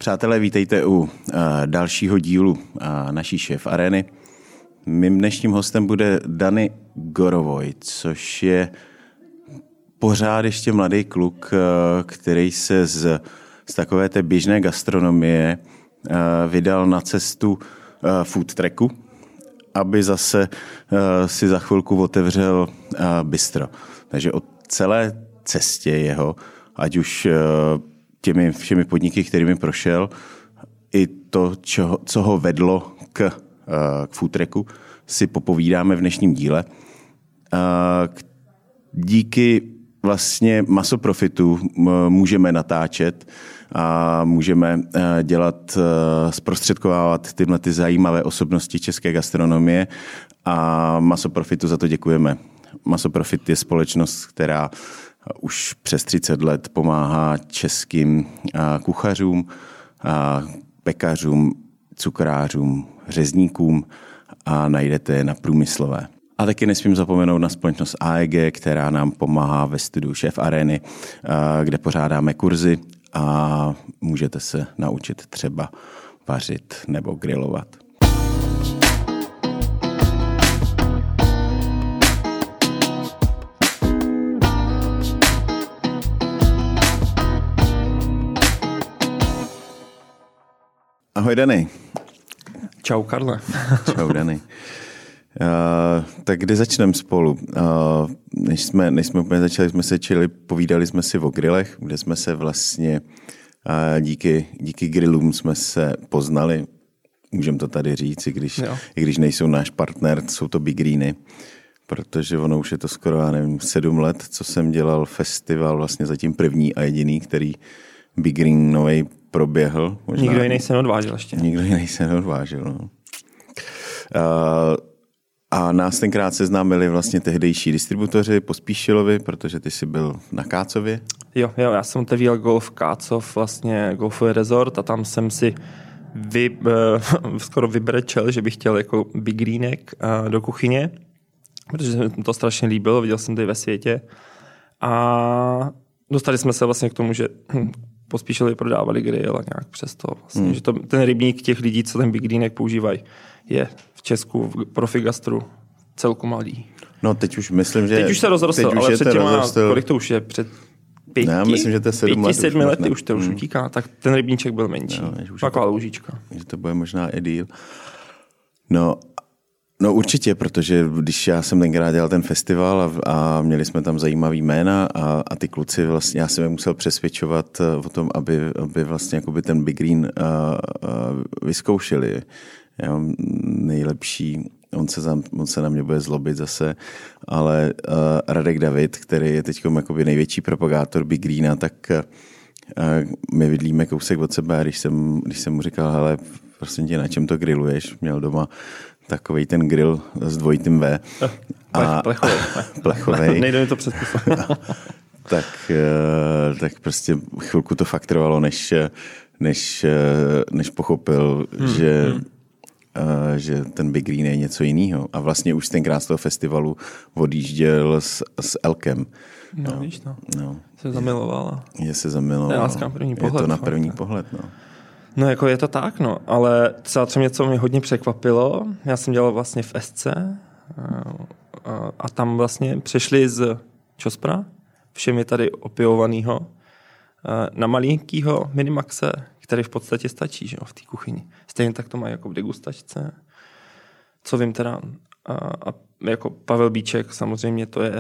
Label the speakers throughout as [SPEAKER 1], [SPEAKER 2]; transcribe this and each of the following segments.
[SPEAKER 1] Přátelé, vítejte u dalšího dílu naší Šéf Arény. Mým dnešním hostem bude Dani Gorovoj, což je pořád ještě mladý kluk, který se z takové té běžné gastronomie vydal na cestu food trucku, aby zase si za chvilku otevřel bistro. Takže o celé cestě jeho, ať už těmi všemi podniky, kterými prošel, i to, co ho vedlo k food trucku, si popovídáme v dnešním díle. Díky vlastně Masoprofitu můžeme natáčet a můžeme dělat, zprostředkovávat tyhle ty zajímavé osobnosti české gastronomie a Masoprofitu za to děkujeme. Masoprofit je společnost, která už přes 30 let pomáhá českým kuchařům, pekařům, cukrářům, řezníkům a najdete je na Průmyslové. A taky nesmím zapomenout na společnost AEG, která nám pomáhá ve studiu Šéf Arény, kde pořádáme kurzy a můžete se naučit třeba vařit nebo grilovat. Ahoj, Dani.
[SPEAKER 2] Čau, Karle.
[SPEAKER 1] Čau, Dani. Tak kde začneme spolu? Než jsme úplně začali, jsme se povídali jsme si o grillech, kde jsme se vlastně díky grillům jsme se poznali. Můžeme to tady říct, i když nejsou náš partner, jsou to Big Greeny, protože ono už je to skoro, 7 let, co jsem dělal festival, vlastně zatím první a jediný, který Big Green novej proběhl. Možná.
[SPEAKER 2] Nikdo jiný se neodvážil ještě.
[SPEAKER 1] Nikdo jiný se neodvážil, no. A nás tenkrát seznámili vlastně tehdejší distributoři Pospíšilovi, protože ty jsi byl na Kácově.
[SPEAKER 2] Jo, já jsem otevíral Golf Kácov, vlastně golfový rezort a tam jsem si skoro vybrečel, že bych chtěl jako Big Greenek do kuchyně, protože se mi to strašně líbilo, viděl jsem to i ve světě. A dostali jsme se vlastně k tomu, že Pospíšilovi prodávali grill a nějak přesto vlastně, že ten rybník těch lidí, co ten Big Greenek používají, je v Česku v profi gastru celku malý.
[SPEAKER 1] No teď už myslím, že...
[SPEAKER 2] Teď už se rozrostl, ale před těma, kolik to už je? Před 5,
[SPEAKER 1] já myslím, že to je
[SPEAKER 2] 7 lety už to už utíká, tak ten rybníček byl menší. Taková loužička.
[SPEAKER 1] Že to bude možná i díl. No určitě, protože když já jsem tenkrát dělal ten festival a měli jsme tam zajímavý jména a ty kluci vlastně, já jsem je musel přesvědčovat o tom, aby vlastně jakoby ten Big Green vyzkoušeli. Já nejlepší, on se na mě bude zlobit zase, ale Radek David, který je teď jakoby největší propagátor Big Greena, tak my bydlíme kousek od sebe a když jsem mu říkal, hele, prosím tě, na čem to grilluješ? Měl doma takovej ten grill s dvojitým V. Plechovej.
[SPEAKER 2] Nejde mi to předpisat.
[SPEAKER 1] tak prostě chvilku to fakt trvalo, než pochopil, že ten Big Green je něco jiného. A vlastně už tenkrát z toho festivalu odjížděl s Elkem.
[SPEAKER 2] No, víš to. No. Se zamilovala.
[SPEAKER 1] Se zamilovala. Je to na první pohled, no.
[SPEAKER 2] No jako je to tak, no, ale třeba něco mě hodně překvapilo. Já jsem dělal vlastně v SC a tam vlastně přešli z Čospra, všem je tady opivovanýho, na malinkýho Minimaxe, který v podstatě stačí, že jo, v té kuchyni. Stejně tak to mají jako v degustačce. Co vím teda, a jako Pavel Bíček, samozřejmě to je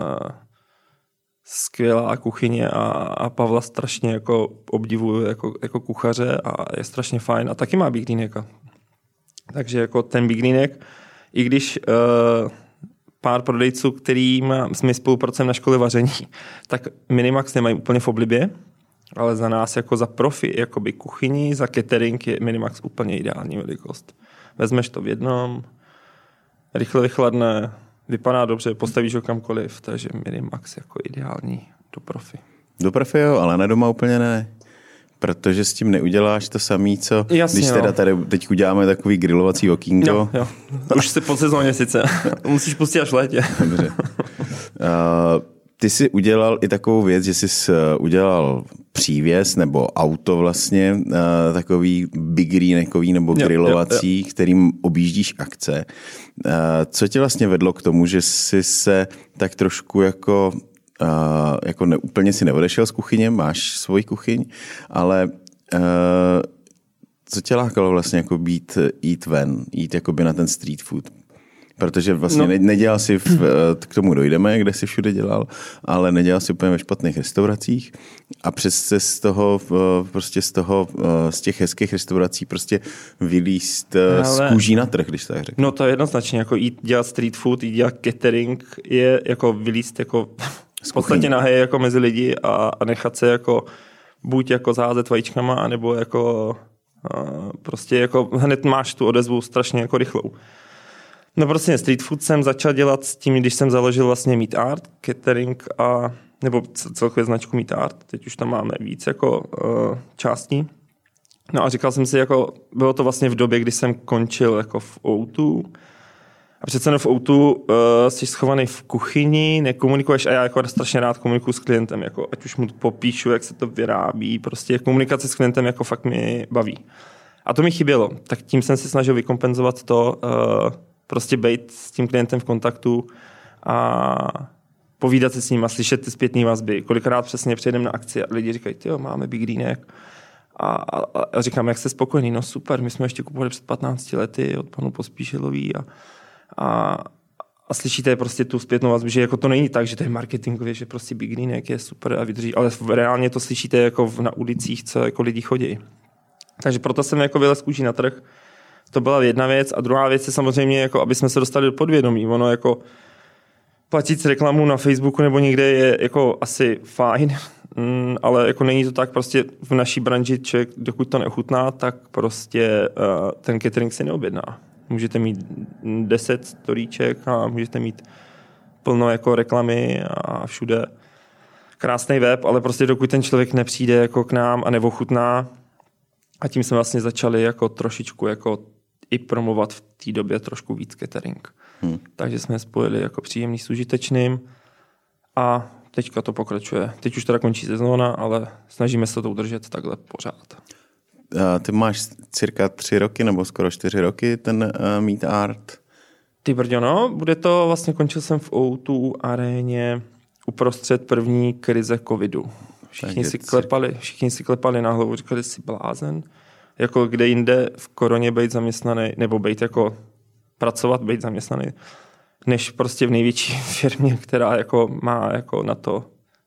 [SPEAKER 2] skvělá kuchyně a Pavla strašně jako obdivuju jako kuchaře a je strašně fajn a taky má Big Greeneka. Takže jako ten Big Greenek, i když pár prodejců, kterým jsme spolupracujeme na škole vaření, tak Minimax nemají úplně v oblibě, ale za nás jako za profi jakoby kuchyni, za catering je Minimax úplně ideální velikost. Vezmeš to v jednom, rychle vychladne, vypadá dobře, postavíš ho kamkoliv, takže Minimax jako ideální do profi.
[SPEAKER 1] Do profi jo, ale na doma úplně ne. Protože s tím neuděláš to samý, co
[SPEAKER 2] jasně,
[SPEAKER 1] když teda tady teď uděláme takový grilovací okýnko.
[SPEAKER 2] Jo. Už si po sezóně sice. Musíš pustit až v létě.
[SPEAKER 1] Dobře. Ty jsi udělal i takovou věc, že jsi udělal přívěs nebo auto vlastně, takový big greenekový nebo grilovací, kterým objíždíš akce. Co tě vlastně vedlo k tomu, že jsi se tak trošku jako úplně si neodešel z kuchyně, máš svoji kuchyň, ale co tě lákalo vlastně jako jít ven, jít jakoby na ten street food? Protože vlastně nedělal si, k tomu dojdeme, kde jsi všude dělal, ale nedělal si úplně ve špatných restauracích a přesně z těch hezkých restaurací prostě vylízt z kůží na trh, když tak řeknu.
[SPEAKER 2] No to je jednoznačně, jako jít dělat street food, jít dělat catering je jako vylízt jako v podstatě nahé jako mezi lidi a nechat se jako buď jako zaházet vajíčkama, anebo jako prostě jako hned máš tu odezvu strašně jako rychlou. No prostě street food jsem začal dělat s tím, když jsem založil vlastně Meat Art, catering nebo celkově značku Meat Art. Teď už tam máme víc jako částí. No a říkal jsem si, jako bylo to vlastně v době, kdy jsem končil jako v O2. A přece v O2 jsi schovaný v kuchyni, nekomunikuješ a já jako strašně rád komunikuju s klientem, jako ať už mu popíšu, jak se to vyrábí, prostě komunikace s klientem jako fakt mě baví. A to mi chybělo, tak tím jsem si snažil vykompenzovat to, prostě být s tím klientem v kontaktu a povídat si s ním a slyšet ty zpětné vazby. Kolikrát přesně přijedeme na akci a lidi říkají, jo, máme Big Greenek. A říkám, jak jste spokojený? No super, my jsme ještě kupovali před 15 lety od panu Pospíšilový a slyšíte prostě tu zpětnou vazbu, že jako to není tak, že to je marketingově, že prostě Big Greenek je super a vydrží, ale reálně to slyšíte jako na ulicích, co jako lidi chodí. Takže proto jsem jako vylez kůží na trh. To byla jedna věc a druhá věc je samozřejmě, jako aby jsme se dostali do podvědomí. Ono jako platit reklamu na Facebooku nebo někde je jako asi fajn, ale jako není to tak prostě v naší branži, člověk, dokud to neochutná, tak prostě ten catering si neobjedná. Můžete mít 10 storíček a můžete mít plno jako reklamy a všude krásný web, ale prostě dokud ten člověk nepřijde jako k nám a neochutná, a tím jsme vlastně začali jako trošičku jako i promovat v té době trošku víc catering. Takže jsme spojili jako příjemný s užitečným a teďka to pokračuje. Teď už teda končí sezóna, ale snažíme se to udržet takhle pořád.
[SPEAKER 1] Ty máš cirka 3 roky nebo skoro 4 roky ten Meat Art?
[SPEAKER 2] Ty brďo, no, bude to, vlastně končil jsem v O2 aréně uprostřed první krize covidu. Všichni si klepali na hlavu, říkali si blázen. Jako kde jinde v koroně být zaměstnaný, nebo být jako pracovat, být zaměstnaný, než prostě v největší firmě, která jako má jako na to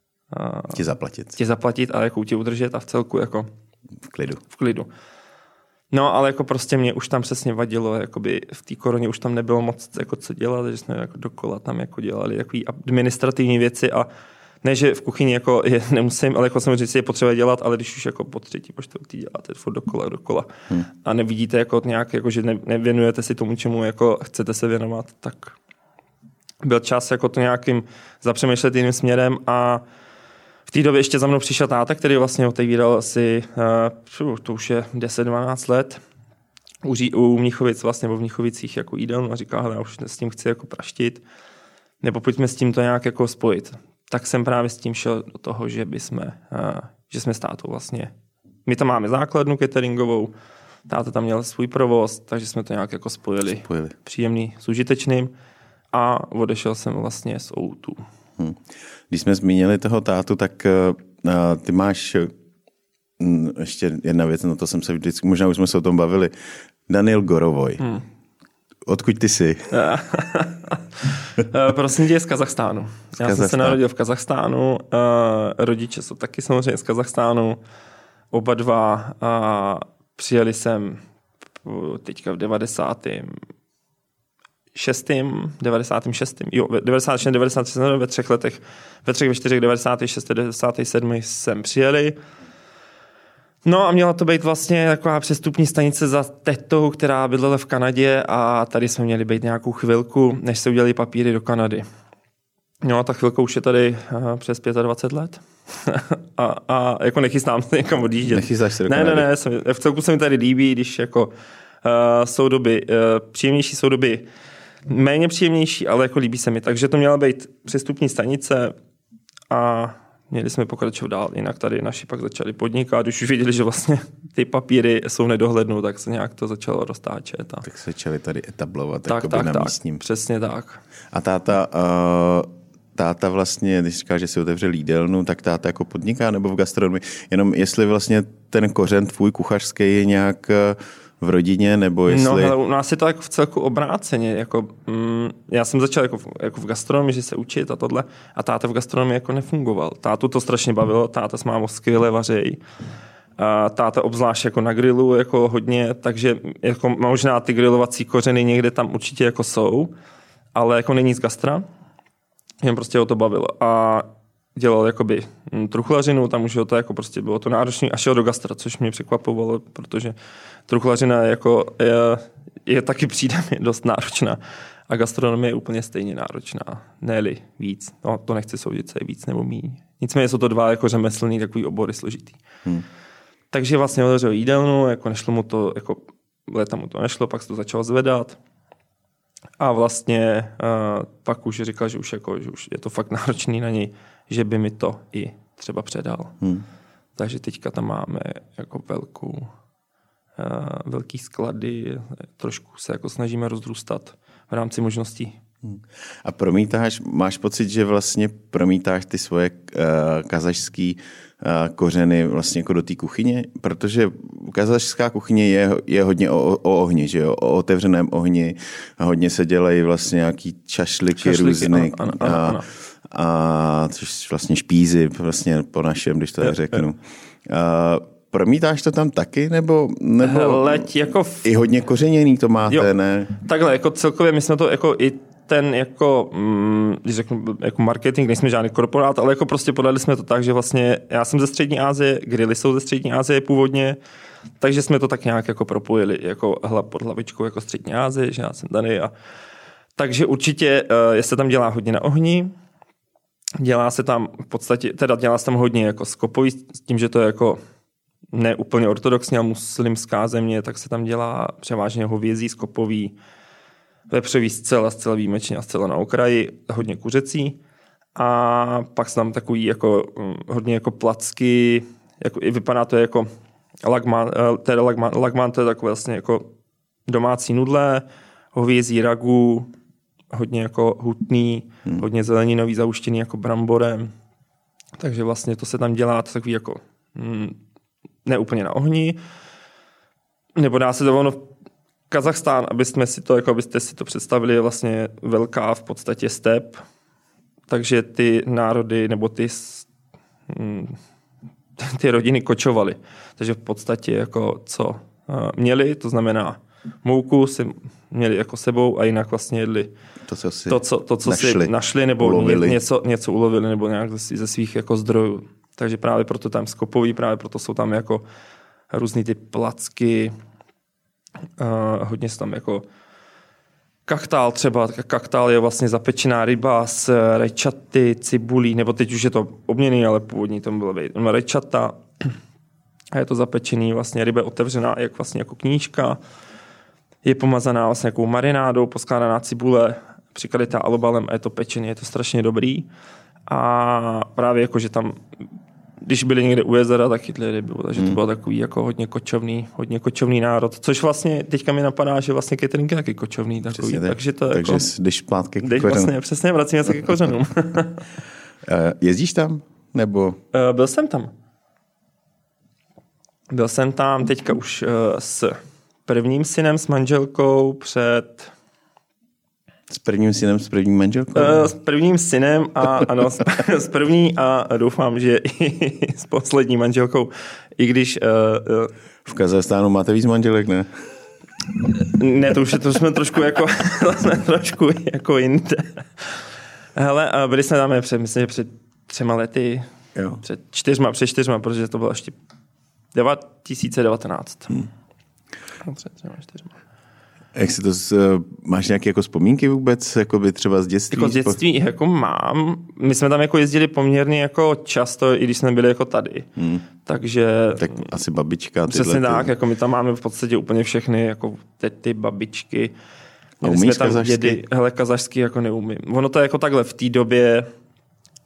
[SPEAKER 1] ti
[SPEAKER 2] zaplatit a jako tě udržet a v celku jako
[SPEAKER 1] v klidu.
[SPEAKER 2] No, ale jako prostě mě už tam přesně vadilo, jakoby v té koroně už tam nebylo moc jako co dělat, že jsme jako dokola tam jako dělali jaký administrativní věci a ne, že v kuchyni jako nemusím, ale jako jsem říct, je potřeba dělat, ale když už jako po třetí, po čtvrtý děláte furt dokola a nevidíte jako nějak, jako že nevěnujete si tomu, čemu jako chcete se věnovat, tak byl čas jako to nějakým zapřemýšlet jiným směrem a v té době ještě za mnou přišel táta, který vlastně otevíral asi, to už je 10-12 let, u Mnichovic vlastně, nebo v Mnichovicích jako jídelnu a říká, hele, já už s tím chci jako praštit, nebo pojďme s tím to nějak jako spojit. Tak jsem právě s tím šel do toho, že jsme s tátou vlastně. My tam máme základnu cateringovou, táta tam měl svůj provoz, takže jsme to nějak jako spojili. Příjemný s užitečným a odešel jsem vlastně z O2.
[SPEAKER 1] Když jsme zmínili toho tátu, tak ty máš ještě jedna věc, no to jsem se vždycky, možná už jsme se o tom bavili, Daniel Gorovoj. Odkud ty jsi?
[SPEAKER 2] Prosím tě, z Kazachstánu. Já jsem se narodil v Kazachstánu, rodiče jsou taky samozřejmě z Kazachstánu, oba dva přijeli jsem teďka v 96. Jo, 96, ve 3 letech, ve 4, 96, 97 jsem přijeli. No a měla to být vlastně taková přestupní stanice za tetou, která bydlela v Kanadě a tady jsme měli být nějakou chvilku, než se udělali papíry do Kanady. No a ta chvilka už je tady přes 25 let. a jako nechystám se někam odjíždět.
[SPEAKER 1] Nechystáš se do Kanady?
[SPEAKER 2] Ne, v celku se mi tady líbí, když jako jsou doby, příjemnější jsou doby méně příjemnější, ale jako líbí se mi. Takže to měla být přestupní stanice a měli jsme pokračovat dál, jinak tady naši pak začali podnikat, když už viděli, že vlastně ty papíry jsou nedohlednou, tak se nějak to začalo roztáčet.
[SPEAKER 1] Tak se začali tady etablovat
[SPEAKER 2] tak,
[SPEAKER 1] na místním.
[SPEAKER 2] Přesně tak.
[SPEAKER 1] A táta vlastně, když říká, že si otevřel jídelnu, tak táta jako podniká nebo v gastronomii, jenom jestli vlastně ten kořen tvůj kuchařský je nějak v rodině, nebo jestli...
[SPEAKER 2] No, hele, u nás je to jako v celku obráceně. Jako, já jsem začal jako v gastronomii, že se učit a tohle, a táta v gastronomii jako nefungoval. Tátu to strašně bavilo, táta s mámou skvěle vařejí. A táta obzvlášť jako na grilu jako hodně, takže jako možná ty grilovací kořeny někde tam určitě jako jsou, ale jako není z gastra. Jen prostě ho to bavilo. A dělal jakoby truchlařinu, tam už to jako prostě bylo to náročné a šel do gastra, což mě překvapovalo, protože truchlařina je taky přijde mi dost náročná a gastronomie je úplně stejně náročná, ne-li víc. No, to nechci soudit, co je víc nebo míň. Nicméně jsou to dva jako řemeslný takový obory složitý. Takže vlastně otevřel jídelnu, jako nešlo mu to, jako léta mu to nešlo, pak se to začalo zvedat. A vlastně pak už říkal, že už je to fakt náročný na něj, že by mi to i třeba předal. Takže teďka tam máme jako velký sklady, trošku se jako snažíme rozrůstat v rámci možností.
[SPEAKER 1] A máš pocit, že vlastně promítáš ty svoje kazašský kořeny vlastně jako do té kuchyně? Protože kazašská kuchyně je hodně o ohni, že jo? O otevřeném ohni a hodně se dělají vlastně nějaký čašliky různý.
[SPEAKER 2] Ano.
[SPEAKER 1] A což vlastně špízy vlastně po našem, když to řeknu. Promítáš to tam taky, nebo
[SPEAKER 2] jako
[SPEAKER 1] i hodně kořeněný to máte,
[SPEAKER 2] jo.
[SPEAKER 1] Ne?
[SPEAKER 2] Takhle, jako celkově my jsme to jako i ten jako, když řeknu, jako marketing, nejsme žádný korporát, ale jako prostě podali jsme to tak, že vlastně já jsem ze Střední Asie, grily jsou ze Střední Asie původně, takže jsme to tak nějak jako propojili jako pod hlavičkou jako Střední Asie, že já jsem tady takže určitě se tam dělá hodně na ohni, dělá se tam hodně jako skopový, s tím, že to je jako ne úplně ortodoxní a muslimská země, tak se tam dělá převážně hovězí, skopový, vepřový zcela výjimečně a zcela na okraji, hodně kuřecí. A pak jsou tam takový jako hodně jako placky, jako, vypadá to jako lagman, to je takové vlastně jako domácí nudle, hovězí ragu, hodně jako hutný, hodně zeleninový, zauštěný jako bramborem. Takže vlastně to se tam dělá, to takový jako ne úplně na ohni. Nebo dá se to Kazachstán, abyste si to představili, je vlastně velká v podstatě step. Takže ty národy nebo ty rodiny kočovaly. Takže v podstatě jako co měli, to znamená mouku si měli jako sebou a jinak vlastně jedli to co si našli nebo ulovili. Něco ulovili nebo nějak ze svých jako zdrojů. Takže právě proto tam skopoví, právě proto jsou tam jako různý ty placky, hodně se tam jako kachtál třeba. Kachtál je vlastně zapečená ryba s rajčaty, cibulí, nebo teď už je to obměný, ale původní tam bylo rajčata. A je to zapečený, vlastně ryba otevřená vlastně jako knížka. Je pomazaná vlastně jako marinádou, poskládaná cibule, přikrytá alobalem a je to pečený, je to strašně dobrý. A právě jako, že tam, když byli někde u jezera, tak chytli rybu, takže to bylo takový jako hodně kočovný národ, což vlastně teďka mi napadá, že vlastně catering je taky kočovný takový, takže to
[SPEAKER 1] takže
[SPEAKER 2] jako,
[SPEAKER 1] jdeš zpátky k kořenům.
[SPEAKER 2] Vlastně, přesně, vracíme se ke kořenům.
[SPEAKER 1] Jezdíš tam? Nebo?
[SPEAKER 2] Byl jsem tam teďka už s prvním synem, s manželkou před...
[SPEAKER 1] S prvním synem, s první manželkou?
[SPEAKER 2] S prvním synem a ano, s první a doufám, že i s poslední manželkou, i když...
[SPEAKER 1] V Kazachstánu máte víc manželek, ne?
[SPEAKER 2] Ne, to jsme trošku jako jinde. Hele, byli jsme tam myslím, že před 3 lety,
[SPEAKER 1] jo.
[SPEAKER 2] před 4, protože to bylo ještě 2019. Před 3, 4.
[SPEAKER 1] Jak si to máš nějaké jako vzpomínky vůbec, jako by třeba z dětství?
[SPEAKER 2] Jako z dětství jako mám. My jsme tam jako jezdili poměrně jako často, i když jsme byli jako tady. Takže...
[SPEAKER 1] Tak asi babička.
[SPEAKER 2] Přesně tak, jako my tam máme v podstatě úplně všechny, jako tety, babičky.
[SPEAKER 1] A umíš kazašsky?
[SPEAKER 2] Hele, kazašsky jako neumím. Ono to je jako takhle v té době,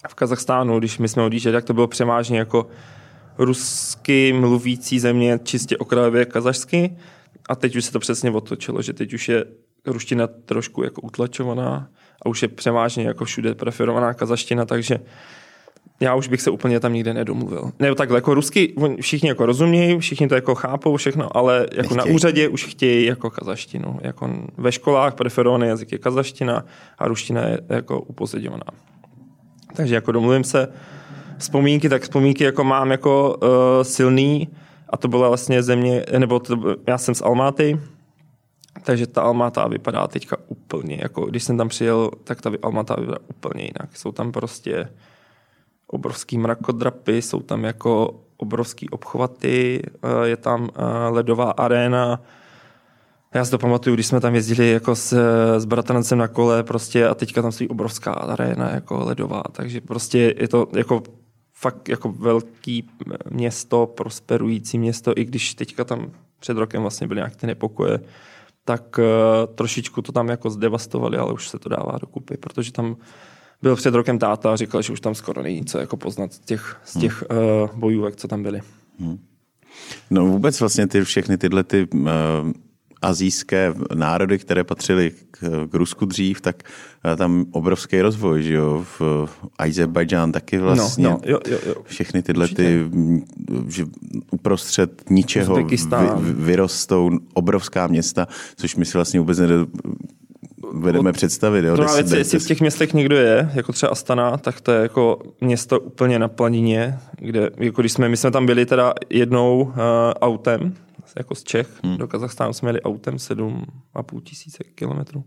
[SPEAKER 2] v Kazachstánu, když my jsme odjížděli, tak to bylo převážně jako rusky mluvící země čistě okrajově kazašsky a teď už se to přesně otočilo, že teď už je ruština trošku jako utlačovaná a už je převážně jako všude preferovaná kazaština, takže já už bych se úplně tam nikde nedomluvil. Nebo takhle, jako rusky všichni jako rozumějí, všichni to jako chápou všechno, ale jako na úřadě už chtějí jako kazaštinu. Jako ve školách preferovaný jazyk je kazaština a ruština je jako upozadňovaná. Takže jako domluvím se. Vzpomínky jako mám jako silný a to byla vlastně země, nebo já jsem z Almaty, takže ta Almata vypadá teďka úplně, jako když jsem tam přijel, tak ta Almata vypadá úplně jinak. Jsou tam prostě obrovský mrakodrapy, jsou tam jako obrovský obchvaty, je tam ledová aréna. Já si to pamatuju, když jsme tam jezdili jako s bratrancem na kole prostě a teďka tam stojí obrovská aréna jako ledová, takže prostě je to jako fakt jako velký město, prosperující město, i když teďka tam před rokem vlastně byly nějaké ty nepokoje, tak trošičku to tam jako zdevastovali, ale už se to dává dokupy, protože tam byl před rokem táta a říkal, že už tam skoro není co jako poznat z těch bojůvek, co tam byly.
[SPEAKER 1] No vůbec vlastně všechny tyhle asijské národy, které patřily k Rusku dřív, tak tam obrovský rozvoj, že jo, v Azerbajdžán taky vlastně.
[SPEAKER 2] Jo.
[SPEAKER 1] Všechny tyhle že uprostřed ničeho vyrostou obrovská města, což my si vlastně vůbec vedeme představit. Jo,
[SPEAKER 2] jestli v těch městech někdo je, jako třeba Astana, tak to je jako město úplně na planině, kde, jako když my jsme tam byli teda jednou autem, jako z Čech, do Kazachstánu jsme jeli autem 7,5 tisíce kilometrů.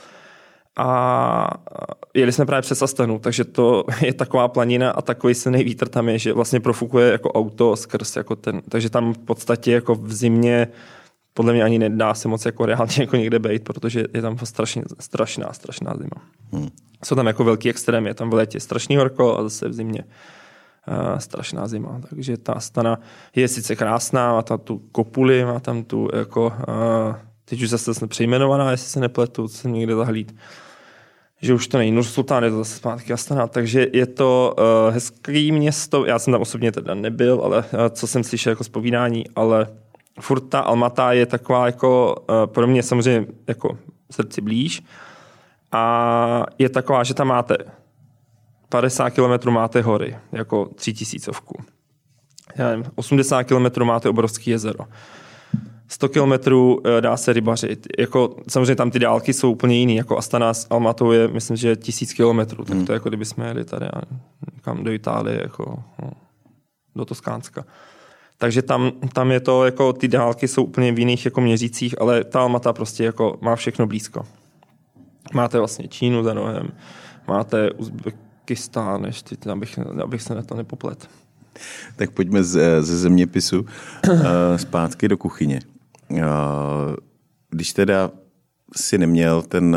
[SPEAKER 2] A jeli jsme právě přes Astanu, takže to je taková planina a takový silný vítr tam je, že vlastně profukuje jako auto skrz jako ten, takže tam v podstatě jako v zimě podle mě ani nedá se moc jako reálně jako někde bejt, protože je tam strašná zima. Jsou tam jako velký extrém, je tam v létě strašný horko a zase v zimě strašná zima. Takže ta Astana je sice krásná, má tam tu kopuli, má tam tu jako, teď už zase přejmenovaná, jestli se nepletu, co jsem někde zahlíd, že už to není Nur-Sultán, je to zase zpátky Astana, takže je to hezký město, já jsem tam osobně teda nebyl, ale co jsem slyšel jako z povídání, ale furt ta Almata je taková jako pro mě samozřejmě jako srdci blíž a je taková, že tam máte 50 kilometrů máte hory, jako 3000. Já nevím, 80 kilometrů máte obrovský jezero. 100 kilometrů dá se rybařit. Jako, samozřejmě tam ty dálky jsou úplně jiný. Jako Astana s Almatou je, myslím, že 1000 kilometrů. Tak to je jako kdyby jsme jeli tady někam do Itálie, jako, do Toskánska. Takže tam je to, jako ty dálky jsou úplně v jiných jako měřících, ale ta Almata prostě jako má všechno blízko. Máte vlastně Čínu za rohem, máte Uzbekistán, ještě, abych se na to nepoplet.
[SPEAKER 1] Tak pojďme ze zeměpisu zpátky do kuchyně. Když teda si neměl ten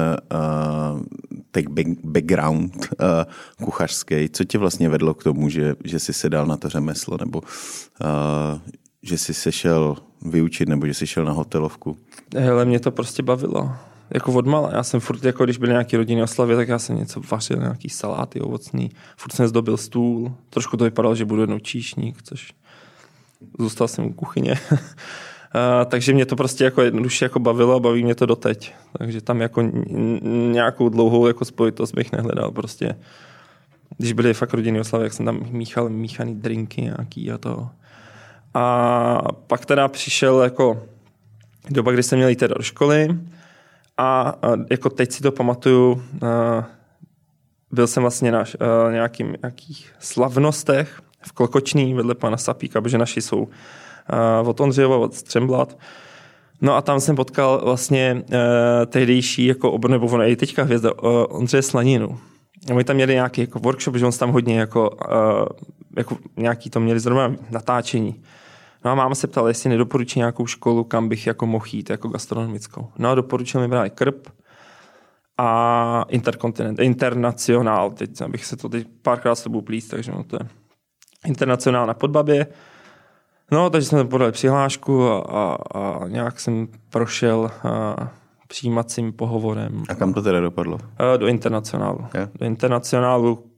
[SPEAKER 1] background kuchařský, co tě vlastně vedlo k tomu, že jsi se dal na to řemeslo, nebo že jsi se šel vyučit, nebo že jsi šel na hotelovku?
[SPEAKER 2] Hele, mě to prostě bavilo. Jako odmala. Já jsem furt, jako když byly nějaké rodinné oslavy, tak já jsem něco vařil, nějaký saláty ovocný. Furt jsem zdobil stůl. Trošku to vypadalo, že budu jednou číšník, což zůstal jsem u kuchyně. Takže mě to prostě jako jednoduše jako bavilo a baví mě to doteď. Takže tam jako nějakou dlouhou jako spojitost bych nehledal prostě. Když byly fakt rodinné oslavy, jak jsem tam míchal míchaný drinky nějaký a to. A pak teda přišel jako doba, kdy jsem měl jít teda do školy a jako teď si to pamatuju, byl jsem vlastně na nějakých slavnostech v Klokočný vedle pana Sapíka, protože naši jsou od Ondřejova, od Střemblat. No a tam jsem potkal vlastně tehdejší jako nebo ono je teďka hvězda Ondřeje Slaninu. A my tam měli nějaký jako workshop, že on tam hodně jako nějaký to měli zrovna natáčení. No a máma se ptala, jestli nedoporučí nějakou školu, kam bych jako mohl jít, jako gastronomickou. No a doporučil mi právě Krb a Internacionál. Teď bych se to teď párkrát s tebou plíst, takže no to je Internacionál na Podbabě. No, takže jsme podali přihlášku a nějak jsem prošel přijímacím pohovorem.
[SPEAKER 1] A kam to teda dopadlo?
[SPEAKER 2] Do Internacionálu.
[SPEAKER 1] Yeah.
[SPEAKER 2] Do Internacionálu,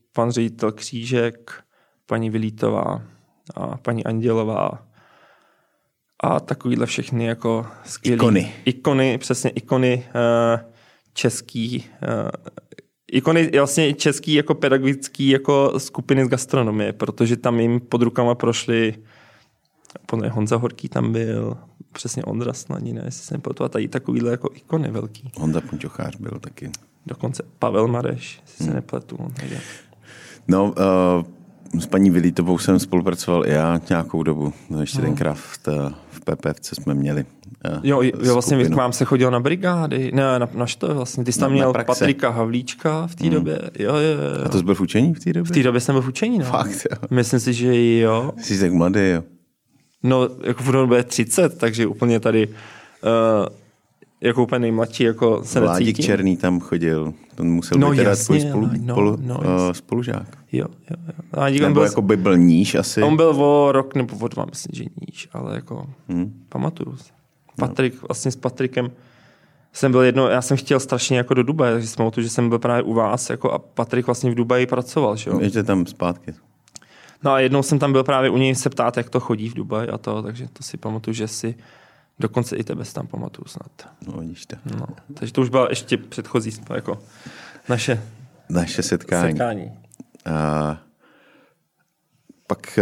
[SPEAKER 2] pan ředitel Křížek, paní Vilítová a paní Andělová a takovýhle všechny jako skvělý ikony, přesně ikony český, ikony vlastně český jako pedagogický jako skupiny z gastronomie, protože tam jim pod rukama prošli Honza Horký tam byl, přesně Ondra Snadina, jestli jsem nepamatuju, a tady takovýhle jako ikony velký.
[SPEAKER 1] Honza Punčochář byl taky.
[SPEAKER 2] Dokonce Pavel Mareš, jestli se nepletu.
[SPEAKER 1] No, s paní Vilítovou jsem spolupracoval i já nějakou dobu. Ještě tenkrát v PPFce jsme měli
[SPEAKER 2] Jo, vlastně k vám se chodil na brigády. Ne, na što vlastně. Ty jsi tam měl Patrika Havlíčka v té době. Jo.
[SPEAKER 1] A to jsi byl v učení v té době?
[SPEAKER 2] V té době jsem byl v učení, no.
[SPEAKER 1] Fakt, jo.
[SPEAKER 2] Myslím si, že jo.
[SPEAKER 1] Jsi tak mladý, jo.
[SPEAKER 2] No, jako v době 30, takže úplně tady jako úplně nejmladší, jako se necítím.
[SPEAKER 1] Vládík Černý tam chodil. Ten musel být teda tvůj spolužák.
[SPEAKER 2] Jo.
[SPEAKER 1] Nebo jako by byl níž asi.
[SPEAKER 2] On byl o rok nebo o 2, myslím, že níž, ale jako pamatuju si. Patrik, vlastně s Patrikem jsem byl já jsem chtěl strašně jako do Dubaje, takže jsem pamatuju, že jsem byl právě u vás jako a Patrik vlastně v Dubaji pracoval, že jo.
[SPEAKER 1] Ještě tam zpátky.
[SPEAKER 2] No a jednou jsem tam byl právě u něj se ptát, jak to chodí v Dubaji a to, takže to si pamatuju, že si dokonce i tebe si tam pamatuju snad.
[SPEAKER 1] No, vidíš to.
[SPEAKER 2] No, takže to už byla ještě předchozí jako naše setkání.
[SPEAKER 1] A pak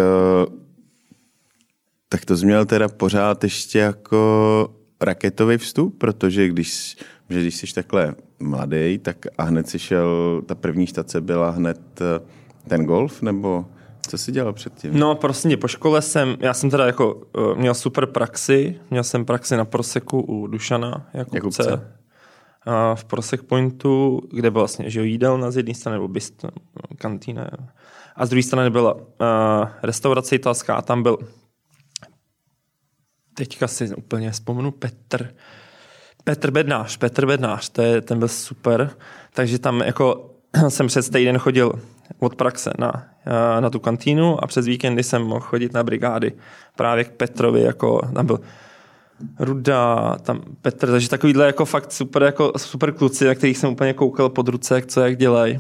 [SPEAKER 1] tak to jsi měl teda pořád ještě jako raketový vstup, protože když jsi takhle mladý, tak a hned si šel, ta první štace byla hned ten golf, nebo co jsi dělal předtím?
[SPEAKER 2] No prostě po škole já jsem teda jako měl super praxi, měl jsem praxi na Proseku u Dušana Jakubce. V Prosek Pointu, kde byl vlastně jídelna z jedné strany, nebo bistro, kantýna. A z druhé strany byla restaurace italská a tam byl teďka si úplně vzpomenu Petr Bednář, ten byl super. Takže tam jako jsem přes týden chodil od praxe na tu kantýnu a přes víkendy jsem mohl chodit na brigády. Právě k Petrovi, jako tam byl Ruda, tam Petr, takže takovýhle jako fakt super kluci, na kterých jsem úplně koukal pod ruce, jak dělají.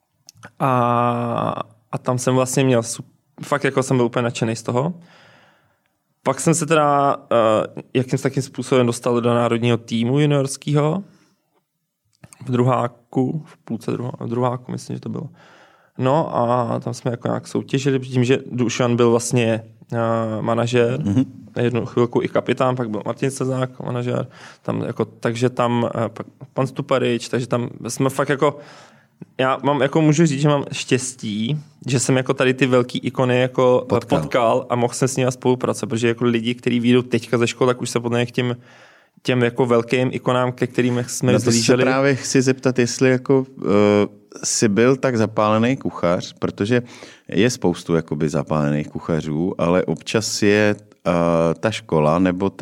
[SPEAKER 2] A tam jsem vlastně měl fakt jako jsem byl úplně nadšený z toho. Pak jsem se teda jakýmsi takým způsobem dostal do národního týmu juniorského v druháku, myslím, že to bylo. No a tam jsme jako nějak soutěžili, tím, že Dušan byl vlastně manažér, jednu chvilku i kapitán, pak byl Martin Sezák, manažér, tam jako, takže tam pan Stuparič, takže tam jsme fakt jako, já mám, jako můžu říct, že mám štěstí, že jsem jako tady ty velký ikony jako potkal a mohl jsem s nimi spolupracovat, protože jako lidi, kteří vyjdou teďka ze školy, tak už se podle k těm jako velkým ikonám, ke kterým jsme zlíželi.
[SPEAKER 1] Na to se právě chci zeptat, jestli jako jsi byl tak zapálený kuchař, protože je spoustu jakoby zapálených kuchařů, ale občas je ta škola nebo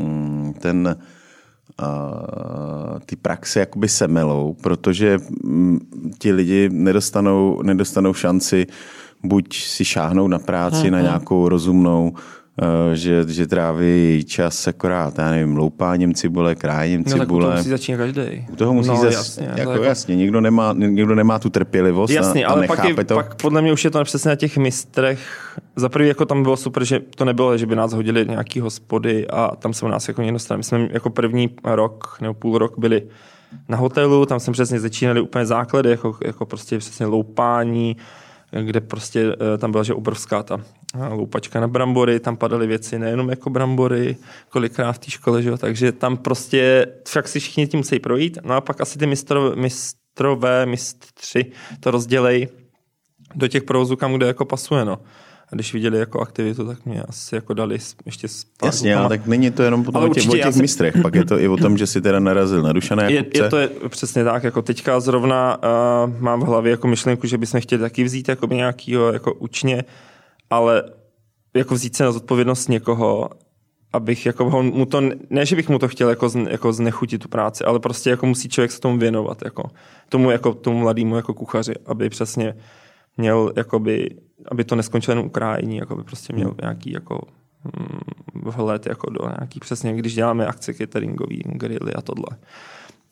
[SPEAKER 1] ty praxe jakoby semelou, protože ti lidi nedostanou šanci buď si šáhnout na práci, na nějakou rozumnou, že tráví čas akorát, já nevím, loupáním cibule, krájením cibule.
[SPEAKER 2] No tak u toho musí začít každý.
[SPEAKER 1] U toho musí jasně, nikdo nemá tu trpělivost
[SPEAKER 2] jasně,
[SPEAKER 1] a
[SPEAKER 2] ale
[SPEAKER 1] nechápe to.
[SPEAKER 2] Pak podle mě už je to přesně na těch mistrech. Za prvý jako tam bylo super, že to nebylo, že by nás hodili nějaký hospody a tam se u nás jako někdo stane. My jsme jako první rok nebo půl rok byli na hotelu, tam jsme přesně začínali úplně základy, jako prostě přesně loupání, kde prostě tam byla že obrovská ta loupačka na brambory, tam padaly věci nejenom jako brambory, kolikrát v té škole, že jo? Takže tam prostě však si všichni tím musí projít, no a pak asi ty mistři to rozdělej do těch provozů, kam kde jako pasuje, no. A když viděli jako aktivitu, tak mě asi jako dali ještě pár
[SPEAKER 1] jasně, ale tak není to jenom potom o těch mistrech, pak je to i o tom, že si teda narazil na Dušana Jakubce.
[SPEAKER 2] Je přesně tak, jako teďka zrovna mám v hlavě jako myšlenku, že bychom chtěli taky vzít jako nějakýho jako učně, ale jako vzít se na zodpovědnost někoho, abych jako mu to, ne, že bych mu to chtěl jako znechutit tu práci, ale prostě jako musí člověk se tomu věnovat, jako tomu mladému jako kuchaři, aby přesně měl jakoby, aby to neskončilo jen ukrájení, jako by prostě měl nějaký jako vhled jako do nějaký přesně, když děláme akce cateringový, grily a tohle.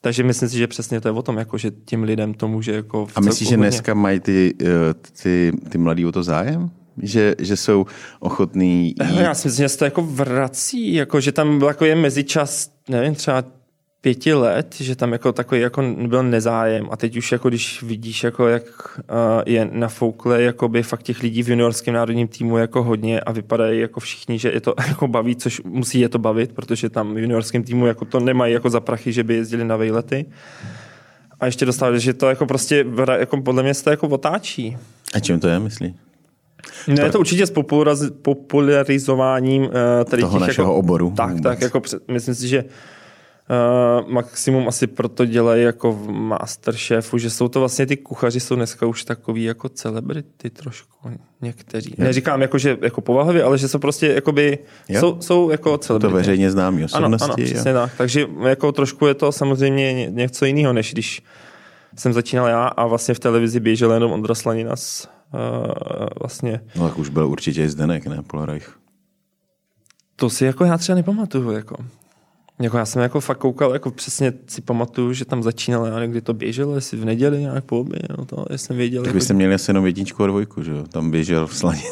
[SPEAKER 2] Takže myslím si, že přesně to je o tom, jako, že těm lidem to může jako...
[SPEAKER 1] A myslíš, že dneska mají ty mladí o to zájem? Že jsou ochotní jít?
[SPEAKER 2] Já si myslím, že se to jako vrací, jako, že tam byl jako je mezičas, nevím, třeba 5 let, že tam jako takový jako byl nezájem a teď už jako když vidíš, jako jak je nafoukle jakoby fakt těch lidí v juniorském národním týmu jako hodně a vypadají jako všichni, že je to jako baví, což musí je to bavit, protože tam v juniorském týmu jako to nemají jako za prachy, že by jezdili na vejlety. A ještě dostali, že to jako prostě jako podle mě se to jako otáčí.
[SPEAKER 1] A čím to je, myslí?
[SPEAKER 2] No je to určitě s popularizováním tady
[SPEAKER 1] toho
[SPEAKER 2] těch
[SPEAKER 1] našeho
[SPEAKER 2] jako,
[SPEAKER 1] oboru.
[SPEAKER 2] Tak jako myslím si, že maximum asi proto dělají jako v Masterchefu, že jsou to vlastně ty kuchaři, jsou dneska už takový jako celebrity trošku někteří. Neříkám jako, že jako povahově, ale že jsou prostě jakoby, jsou jako celebrity.
[SPEAKER 1] To veřejně známý osobnosti.
[SPEAKER 2] Ano, přesně tak. Takže jako trošku je to samozřejmě něco jiného, než když jsem začínal já a vlastně v televizi běžel jenom Ondra Slanina vlastně.
[SPEAKER 1] No tak už byl určitě Zdenek, ne? Polreich.
[SPEAKER 2] To si jako já třeba nepamatuju, jako já jsem jako fakt koukal, jako přesně si pamatuju, že tam začínal, já kdy to běželo, jestli v neděli nějak po obě, no to jsem věděl.
[SPEAKER 1] Tak
[SPEAKER 2] jako,
[SPEAKER 1] byste měli asi jenom 1 a 2, že jo? Tam běžel v Slaně.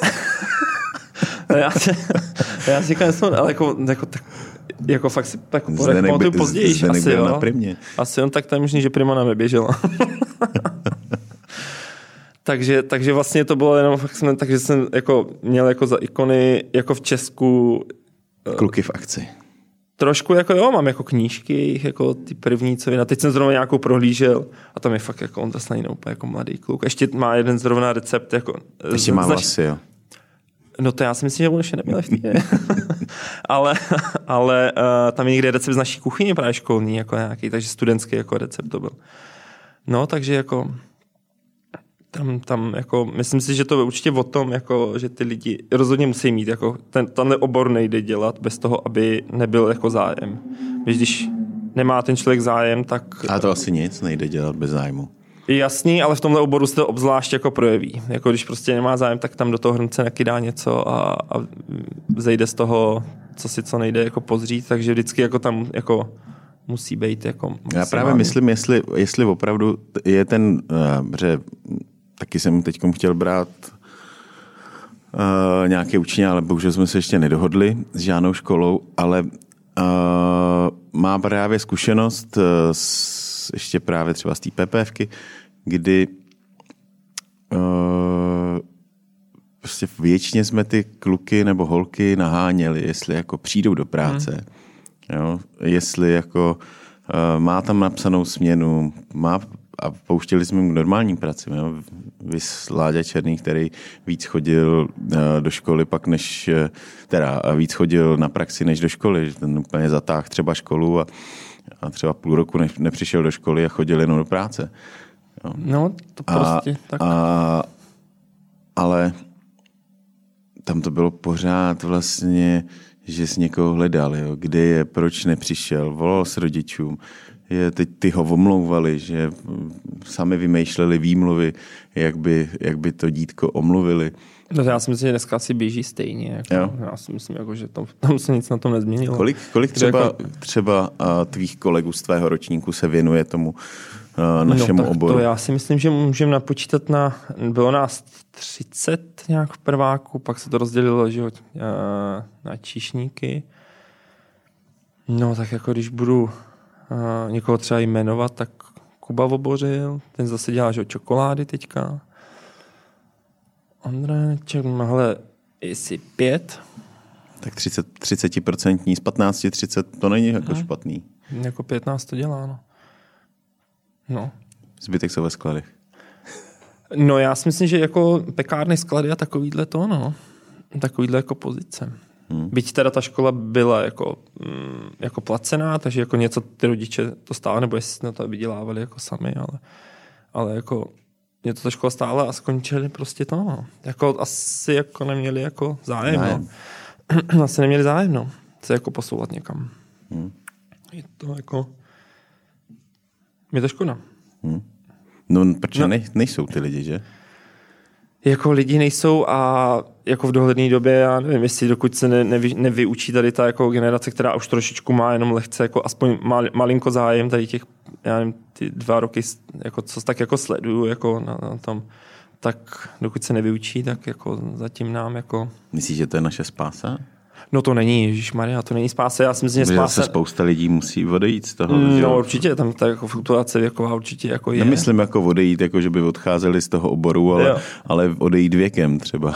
[SPEAKER 2] já si říkám, ale jako fakt si tak pamatuju později.
[SPEAKER 1] Zdenek byl na Primě.
[SPEAKER 2] Asi on tak tam možný, že Prima nám neběžela. takže vlastně to bylo jenom fakt takže jsem jako měl jako za ikony jako v Česku
[SPEAKER 1] Kluky v akci.
[SPEAKER 2] Trošku jako jo, mám jako knížky, jako ty první, co je. Teď jsem zrovna nějakou prohlížel a tam je fakt jako Ondra Slanina úplně jako mladý kluk. Ještě má jeden zrovna recept. Jako,
[SPEAKER 1] ještě má vlasy, jo.
[SPEAKER 2] No to já si myslím, že on ještě neměl v té ale tam je někde recept z naší kuchyně právě školní, jako nějaký, takže studentský jako recept to byl. No, takže jako tam jako, myslím si, že to je určitě o tom, jako, že ty lidi rozhodně musí mít, jako, tenhle obor nejde dělat bez toho, aby nebyl jako zájem. Když nemá ten člověk zájem, tak...
[SPEAKER 1] A to asi nic nejde dělat bez zájmu.
[SPEAKER 2] Jasný, ale v tomhle oboru se to obzvlášť jako projeví. Jako když prostě nemá zájem, tak tam do toho hrnce nakydá něco a zejde z toho, co nejde jako pozřít, takže vždycky jako tam jako musí být jako...
[SPEAKER 1] Já právě myslím, jestli opravdu je ten, že taky jsem teď chtěl brát nějaké učení, ale bohužel jsme se ještě nedohodli s žádnou školou, ale má právě zkušenost ještě právě třeba z té PPFky, kdy prostě většině jsme ty kluky nebo holky naháněli, jestli jako přijdou do práce, jo, jestli jako má tam napsanou směnu, a pouštěli jsme mu k normálním pracím. Jo. Vys Láďa Černý, který víc chodil do školy pak než, víc chodil na praxi než do školy. Ten úplně zatáhl třeba školu a třeba půl roku nepřišel do školy a chodil jenom do práce. Jo.
[SPEAKER 2] No, to prostě tak.
[SPEAKER 1] Ale tam to bylo pořád vlastně, že jsi někoho hledal, jo. Kde je, proč nepřišel, volal s rodičům. Teď ty ho omlouvali, že sami vymýšleli výmluvy, jak by to dítko omluvili.
[SPEAKER 2] No, já si myslím, že dneska asi běží stejně. Jako, já si myslím, jako, že tam se nic na tom nezměnilo.
[SPEAKER 1] Kolik třeba tvých kolegů z tvého ročníku se věnuje tomu našemu oboru?
[SPEAKER 2] To já si myslím, že můžeme napočítat bylo nás 30 nějak v prváku, pak se to rozdělilo, že na číšníky. No tak jako když budu někoho třeba jmenovat, tak Kuba Vobořil, ten zase dělá, že čokolády teďka. Ondráček, hele, jestli 5.
[SPEAKER 1] Tak 30% z 15, 30, to není jako špatný.
[SPEAKER 2] Jako 15 to dělá, no.
[SPEAKER 1] Zbytek jsou ve skladech.
[SPEAKER 2] No já si myslím, že jako pekárny, sklady a takovýhle to, no. Takovýhle jako pozice. Byť teda ta škola byla jako placená, takže jako něco ty rodiče to stále, nebo jestli na to vydělávali jako sami, ale jako mě to ta škola stála a skončili prostě to, no. Jako asi jako neměli jako zájem, no. Asi neměli zájem, no. Se jako posouvat někam. Je to jako... Je to škoda.
[SPEAKER 1] No, proč nejsou ty lidi, že?
[SPEAKER 2] Jako lidi nejsou a jako v dohledné době, já nevím, jestli dokud se nevyučí tady ta jako generace, která už trošičku má jenom lehce, jako aspoň malinko zájem tady těch já nevím, ty 2 roky, jako, co tak jako sleduju jako na tom, tak dokud se nevyučí, tak jako zatím nám jako...
[SPEAKER 1] Myslíš, že to je naše spása?
[SPEAKER 2] No to není, ježišmarja, to není spása, já si myslím, že spása...
[SPEAKER 1] Spousta lidí musí odejít z toho.
[SPEAKER 2] No určitě, tam ta jako fluktuace věková určitě jako je.
[SPEAKER 1] Nemyslím jako odejít, jako že by odcházeli z toho oboru, ale odejít věkem třeba.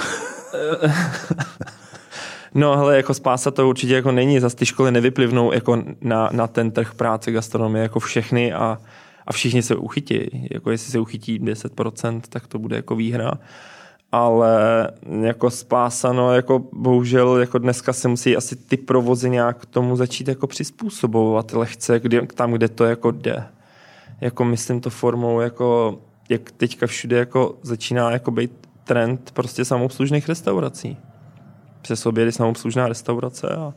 [SPEAKER 2] No hele, jako spása to určitě jako není, zase ty školy nevyplivnou jako na ten trh práce gastronomie jako všechny a všichni se uchytí. Jako jestli se uchytí 10%, tak to bude jako výhra. Ale jako spása, no jako bohužel jako dneska se musí asi ty provozy nějak k tomu začít jako přizpůsobovat lehce, tam, kde to jako jde. Jako myslím to formou, jako jak teďka všude jako začíná jako být trend prostě samoobslužných restaurací. Přes obědy samoobslužná restaurace a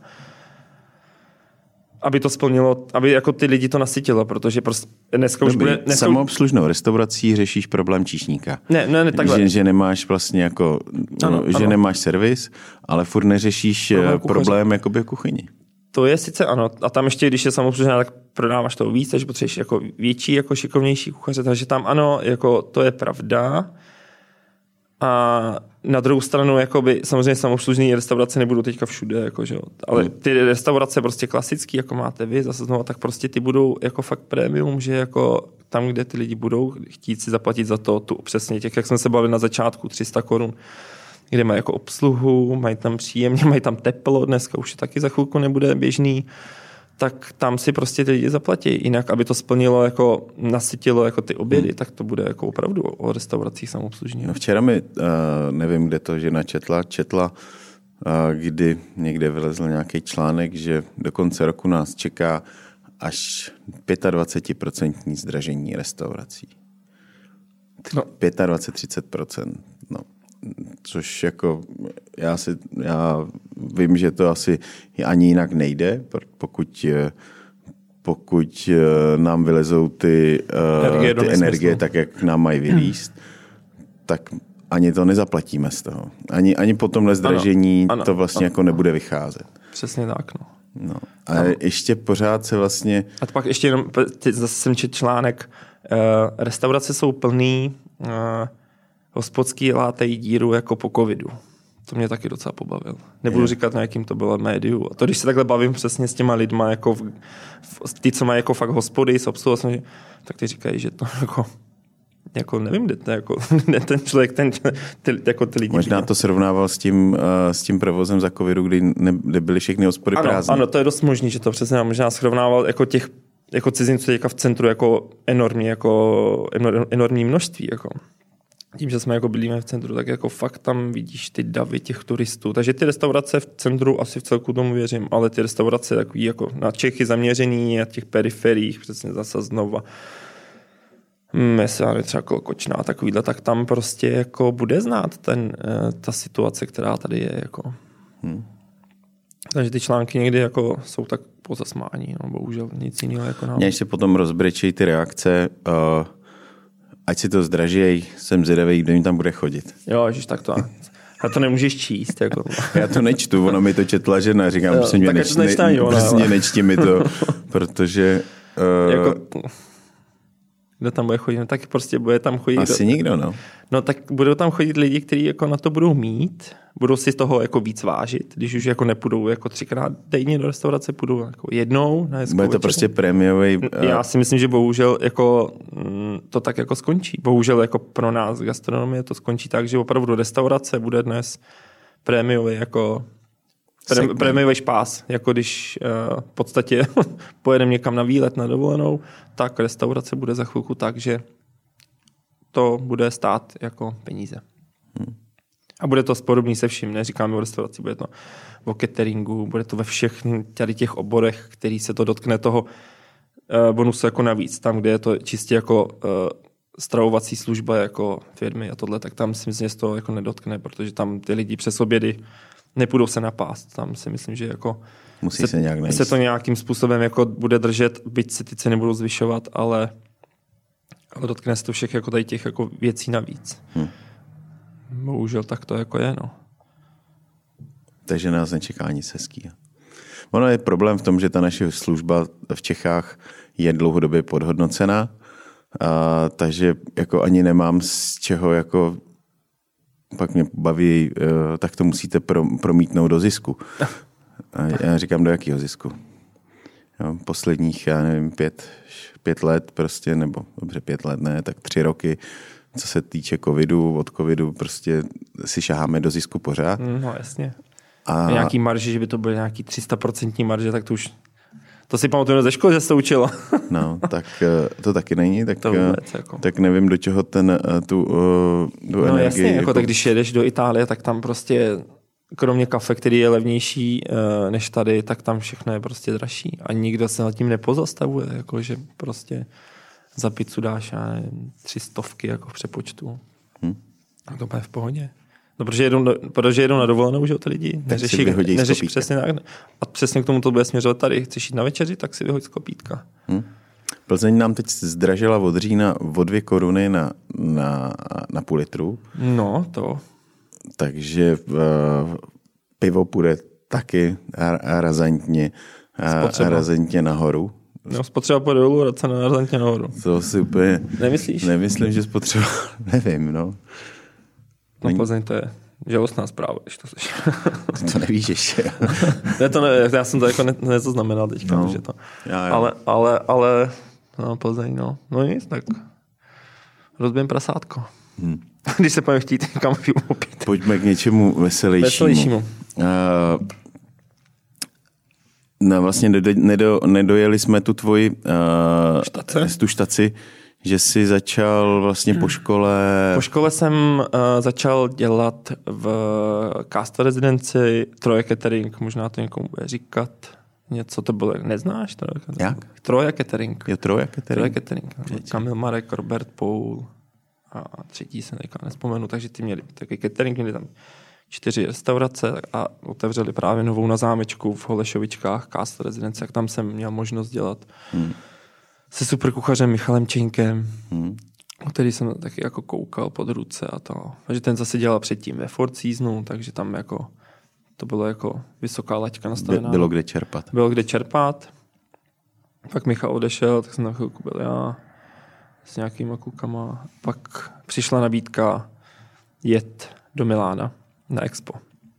[SPEAKER 2] aby to splnilo, aby jako ty lidi to nasytilo, protože prostě dneska už bude...
[SPEAKER 1] Samoobslužnou restaurací řešíš problém číšníka.
[SPEAKER 2] Ne, takhle.
[SPEAKER 1] Že nemáš vlastně jako, ano. Nemáš servis, ale furt neřešíš problém jakoby v kuchyni.
[SPEAKER 2] To je sice ano. A tam ještě, když je samoobslužná, tak prodáváš toho víc, takže potřebuješ jako větší, jako šikovnější kuchaře, takže tam ano, jako to je pravda. A na druhou stranu, jakoby, samozřejmě samoobslužné restaurace nebudou teďka všude, jako, že jo. Ale ty restaurace prostě klasický, jako máte vy, zase znovu, tak prostě ty budou jako fakt premium, že jako tam, kde ty lidi budou chtít si zaplatit za to, tu přesně těch, jak jsme se bavili na začátku, 300 korun, kde mají jako obsluhu, mají tam příjemně, mají tam teplo, dneska už taky za chvilku nebude běžný, tak tam si prostě ty lidi zaplatí. Jinak, aby to splnilo, jako nasytilo jako ty obědy, tak to bude jako opravdu o restauracích samoobslužných.
[SPEAKER 1] No včera mi, nevím, kde to žena četla, kdy někde vylezl nějaký článek, že do konce roku nás čeká až 25% zdražení restaurací. No. 25-30%. No. Což jako já vím, že to asi ani jinak nejde, pokud nám vylezou ty energie tak, jak nám mají vylízt, tak ani to nezaplatíme z toho. Ani po tomhle zdražení to vlastně jako nebude vycházet.
[SPEAKER 2] Přesně tak, no.
[SPEAKER 1] No. A ještě pořád se vlastně...
[SPEAKER 2] A pak ještě jenom, zase jsem četl článek, restaurace jsou plný, hospodský látají díru jako po covidu. To mě taky docela pobavil. Nebudu říkat, na jakým to bylo médiu. A to, když se takhle bavím přesně s těma lidma, jako ty, co mají jako fakt hospody s obsluhou, tak ty říkají, že to jako nevím, kde to jako ten člověk, jako ty lidi.
[SPEAKER 1] Možná to srovnával s tím provozem za covidu, kde byly všechny hospody prázdné.
[SPEAKER 2] Ano, to je dost možný, že to přesně možná srovnával jako těch jako cizinců teďka v centru jako enormní množství. Jako. Tím, že jsme jako bydlíme v centru, tak jako fakt tam vidíš ty davy těch turistů. Takže ty restaurace v centru asi v celku tomu věřím, ale ty restaurace takový jako na Čechy zaměřený, na těch periferiích, přesně zase znova. Mesela, třeba Kolkočná, takovýhle, tak tam prostě jako bude znát ta situace, která tady je. Jako. Takže ty články někdy jako jsou tak po zasmání, no, bohužel nic jiného jako nám.
[SPEAKER 1] Mě ještě potom rozbrečejí ty reakce, ať si to zdražěj, jsem zvědavý, kdo jim tam bude chodit.
[SPEAKER 2] Jo, ježiš, tak to... A to nemůžeš číst. Jako.
[SPEAKER 1] Já to nečtu, ona mi to četla žena, říkám, prosím mě, nečti mi to, protože...
[SPEAKER 2] Jako, kdo tam bude chodit? No, tak prostě bude tam chodit...
[SPEAKER 1] Asi nikdo, no.
[SPEAKER 2] No tak budou tam chodit lidi, kteří jako na to budou mít, budou si toho jako víc vážit, když už jako nepůjdou jako 3krát denně do restaurace, půjdou jako jednou na hezkou
[SPEAKER 1] bude to
[SPEAKER 2] večeru.
[SPEAKER 1] Prostě prémiový...
[SPEAKER 2] Já si myslím, že bohužel jako to tak jako skončí. Bohužel jako pro nás gastronomie to skončí tak, že opravdu restaurace bude dnes prémiový jako prémiový špás, jako když v podstatě pojedeme někam na výlet, na dovolenou, tak restaurace bude za chvilku tak, že to bude stát jako peníze. A bude to podobný se vším, neříkáme o restauraci, bude to o cateringu, bude to ve všech těch oborech, který se to dotkne toho bonusu jako navíc. Tam, kde je to čistě jako stravovací služba jako firmy a tohle, tak tam si myslím, že se to jako nedotkne, protože tam ty lidi přes obědy nepůjdou se napást. Tam si myslím, že jako se to nějakým způsobem jako bude držet, byť se ty ceny budou zvyšovat, ale dotkne se to všech jako tady těch jako věcí navíc. Bohužel tak to jako je, no.
[SPEAKER 1] Takže nás nečeká nic hezkýho. Ono je problém v tom, že ta naše služba v Čechách je dlouhodobě podhodnocena, takže jako ani nemám z čeho jako pak mě baví, tak to musíte promítnout do zisku. A já říkám, do jakého zisku? Jo, posledních, já nevím, 5 let prostě, nebo dobře 5 let ne, tak 3 roky, co se týče covidu, od covidu prostě si šaháme do zisku pořád.
[SPEAKER 2] No jasně. A nějaký marže, že by to byly nějaký 300% marže, tak to už... To si pamatuju ze školy, že se to učilo.
[SPEAKER 1] No, tak to taky není, tak,
[SPEAKER 2] to vůbec, jako.
[SPEAKER 1] Tak nevím, do čeho tu
[SPEAKER 2] no energii... Jasně, jako tak když jedeš do Itálie, tak tam prostě kromě kafe, který je levnější než tady, tak tam všechno je prostě dražší. A nikdo se nad tím nepozastavuje, jako že prostě za pizzu dáš 300 jako v přepočtu. A to bude v pohodě. No, protože jedou na dovolenou, že ty lidi neřeší přesně tak. A přesně k tomu to bude směřovat tady. Chceš jít na večeři, tak si vyhoď z kopítka.
[SPEAKER 1] Plzeň nám teď zdražila od října o 2 koruny na půl litru.
[SPEAKER 2] No, to.
[SPEAKER 1] Takže pivo půjde taky razantně nahoru.
[SPEAKER 2] No, spotřeba půjde dolů, a cena razantně nahoru.
[SPEAKER 1] To si úplně...
[SPEAKER 2] Nemyslíš?
[SPEAKER 1] Nemyslím, že spotřeba... Nevím, no.
[SPEAKER 2] No Plzeň to je žalostná zpráva, když to slyším.
[SPEAKER 1] To nevíš ještě.
[SPEAKER 2] Ne, to ne, já jsem to jako nezaznamenal teďka.
[SPEAKER 1] No,
[SPEAKER 2] že to.
[SPEAKER 1] Já.
[SPEAKER 2] Ale no, Plzeň, no. No nic, tak rozbijem prasátko. Když se pojďme chtít kam opít.
[SPEAKER 1] Pojďme k něčemu veselějšímu. No vlastně nedojeli jsme tu tvoji tu štaci, že jsi začal vlastně po škole...
[SPEAKER 2] Po škole jsem začal dělat v Castle Residenci Troje Catering, možná to někomu bude říkat. Něco to bylo, neznáš?
[SPEAKER 1] Jak?
[SPEAKER 2] Troje Catering.
[SPEAKER 1] Jo, Troje
[SPEAKER 2] Catering. Kamil Marek, Robert Paul a třetí se teďka nespomenu, takže ty měli taky catering, měli tam 4 restaurace a otevřeli právě novou na Zámečku v Holešovičkách Castle Residence, jak tam jsem měl možnost dělat se super kuchařem Michalem Čejnkem, který jsem taky jako koukal pod ruce a to. Takže ten zase dělal předtím ve Four Seasonu, takže tam jako to bylo jako vysoká laťka nastavená.
[SPEAKER 1] Bylo kde čerpat.
[SPEAKER 2] Pak Michal odešel, tak jsem na chvilku byl já s nějakýma klukama. Pak přišla nabídka jet do Milána na Expo.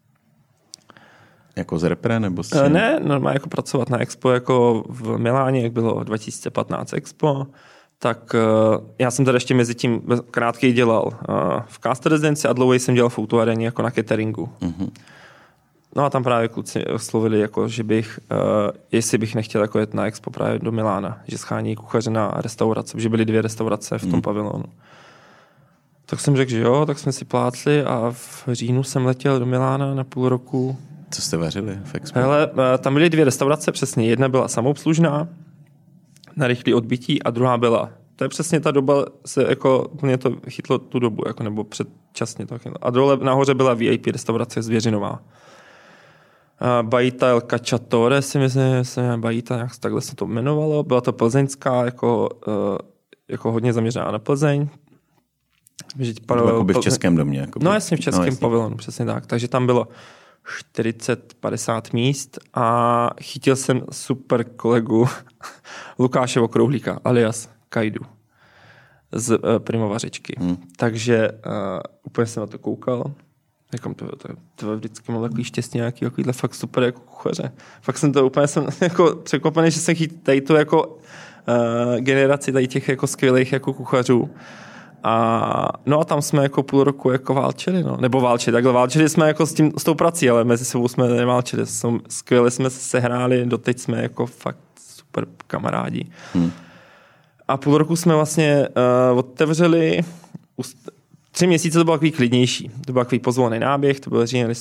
[SPEAKER 1] Jako z repre nebo
[SPEAKER 2] Ne, normálně jako pracovat na Expo, jako v Miláně, jak bylo 2015 Expo, tak já jsem tady ještě mezi tím krátký dělal v Castle Residenci a dlouhý jsem dělal v Outu Areně jako na cateringu. No a tam právě kluci oslovili, jako, že bych, jestli bych nechtěl jako jet na Expo právě do Milána, že schání kuchaře na restaurace, protože byly 2 restaurace v tom pavilonu. Tak jsem řekl, že jo, tak jsme si plácli a v říjnu jsem letěl do Milána na půl roku.
[SPEAKER 1] Co jste vařili v Expo?
[SPEAKER 2] Hele, tam byly 2 restaurace, přesně. Jedna byla samoobslužná na rychlé odbytí a druhá byla. To je přesně ta doba, se jako, mě to chytlo tu dobu, jako, nebo předčasně to chytlo. A dole nahoře byla VIP restaurace Zvěřinová. Baita El Cacciatore, si myslím, že Baita, jak takhle se to jmenovalo. Byla to plzeňská, jako hodně zaměřená na Plzeň.
[SPEAKER 1] Jakoby v Českém domě. Jakoby.
[SPEAKER 2] No jasně, v Českém pavilonu, přesně tak. Takže tam bylo 40-50 míst a chytil jsem super kolegu Lukáše Okrouhlíka, alias Kajdu z Primovařečky. Takže úplně jsem na to koukal. Říkám, to vždycky mám takový štěstí nějaký takovýhle fakt super jako kuchaře. Fakt jsem to úplně jako překvapený, že jsem chytil tady tu jako generaci tady těch jako skvělých jako kuchařů. No a tam jsme jako půl roku jako válčili, no. Nebo válčili jsme jako s tou prací, ale mezi sebou jsme neválčili. Skvěle jsme se sehráli, doteď jsme jako fakt super kamarádi. A půl roku jsme vlastně otevřeli 3 měsíce to bylo takový klidnější. To byl takový pozvolný náběh, to byl říjen,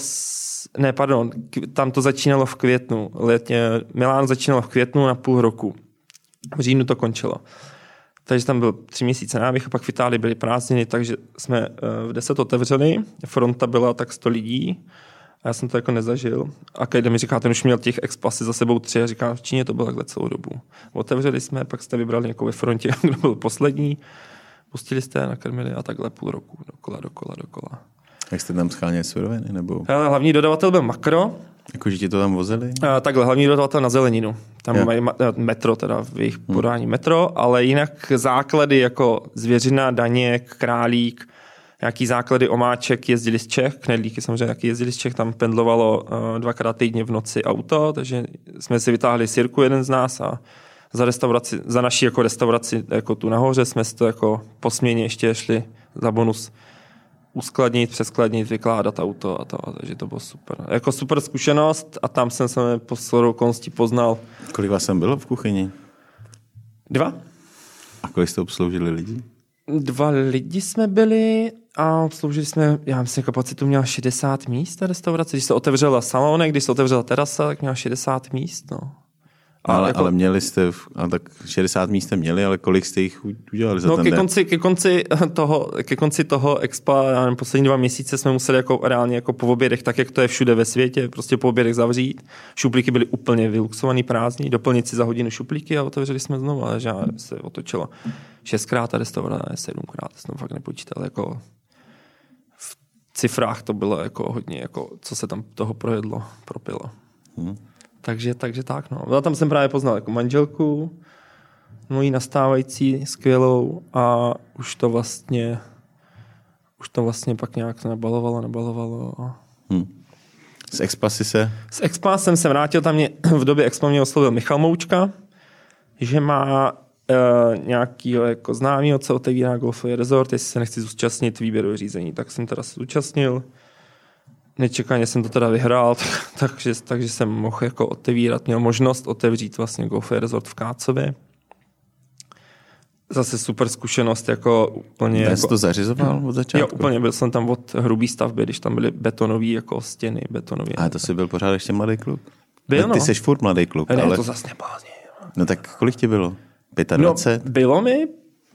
[SPEAKER 2] tam to začínalo v květnu. Milán začínalo v květnu na půl roku. V říjnu to končilo. Takže tam byl 3 měsíce náběh a pak v Itálii byly prázdniny, takže jsme v 10 otevřeli. Fronta byla tak 100 lidí a já jsem to jako nezažil. A Kajda mi říká, ten už měl těch expasy za sebou 3 a říká, v Číně to bylo takhle celou dobu. Otevřeli jsme, pak jste vybrali někoho ve frontě, kdo byl poslední. Pustili jste, nakrmili a takhle půl roku, dokola.
[SPEAKER 1] Jak jste tam scháněli suroviny? Nebo...
[SPEAKER 2] Hlavní dodavatel byl Makro.
[SPEAKER 1] Jakože ti to tam vozili?
[SPEAKER 2] Takhle, hlavní dodavatel na zeleninu. Tam mají Metro, teda v jejich podání Metro, ale jinak základy jako Zvěřina, Daněk, Králík, nějaký základy omáček jezdili z Čech, knedlíky samozřejmě taky jezdili z Čech, tam pendlovalo 2x týdně v noci auto, takže jsme si vytáhli sirku jeden z nás a za naší jako restauraci jako tu nahoře jsme si to jako po směně ještě šli za bonus uskladnit, přeskladnit, vykládat auto a to, takže to bylo super. Jako super zkušenost a tam jsem se po shodou okolností poznal.
[SPEAKER 1] Kolik vás tam bylo v kuchyni?
[SPEAKER 2] 2.
[SPEAKER 1] A kolik jste obsloužili lidí?
[SPEAKER 2] 2 lidi jsme byli a obsloužili jsme, já myslím, kapacitu měla 60 míst ta restaurace. Když se otevřela salonek, když se otevřela terasa, tak měla 60 míst, no.
[SPEAKER 1] Ale měli jste, tak 60 míst jste měli, ale kolik jste jich udělali za ten den?
[SPEAKER 2] Ke konci toho expa, já nevím, poslední 2 měsíce jsme museli jako reálně jako po obědech, tak jak to je všude ve světě, prostě po obědech zavřít. Šuplíky byly úplně vyluxovaný, prázdný, doplnit si za hodinu šuplíky a otevřeli jsme znovu, ale že se otočilo 6krát a restaurace 7krát, jsem fakt nepočítal, jako v cifrách to bylo jako hodně, jako co se tam toho propilo. Takže tak, no. A tam jsem právě poznal jako manželku, moji nastávající, skvělou a už to vlastně pak nějak to nabalovalo.
[SPEAKER 1] Z Expa si se?
[SPEAKER 2] Z Expa jsem se vrátil, tam mě v době Expa mě oslovil Michal Moučka, že má nějakýho jako známýho, co otevírá golfový resort, jestli se nechci zúčastnit výběrového řízení, tak jsem teda se zúčastnil. Nečekaně jsem to teda vyhrál, takže jsem mohl jako měl možnost otevřít vlastně golfový resort v Kácově. Zase super zkušenost, jako úplně...
[SPEAKER 1] Já jsi to zařizoval od začátku?
[SPEAKER 2] Jo, úplně, byl jsem tam od hrubý stavby, když tam byly betonové jako stěny, betonové.
[SPEAKER 1] A to jsi byl pořád ještě mladý kluk?
[SPEAKER 2] Byl,
[SPEAKER 1] Ty jsi furt mladý kluk,
[SPEAKER 2] ne,
[SPEAKER 1] ale...
[SPEAKER 2] to zase nebázně.
[SPEAKER 1] No tak kolik ti bylo? 25?
[SPEAKER 2] No, bylo mi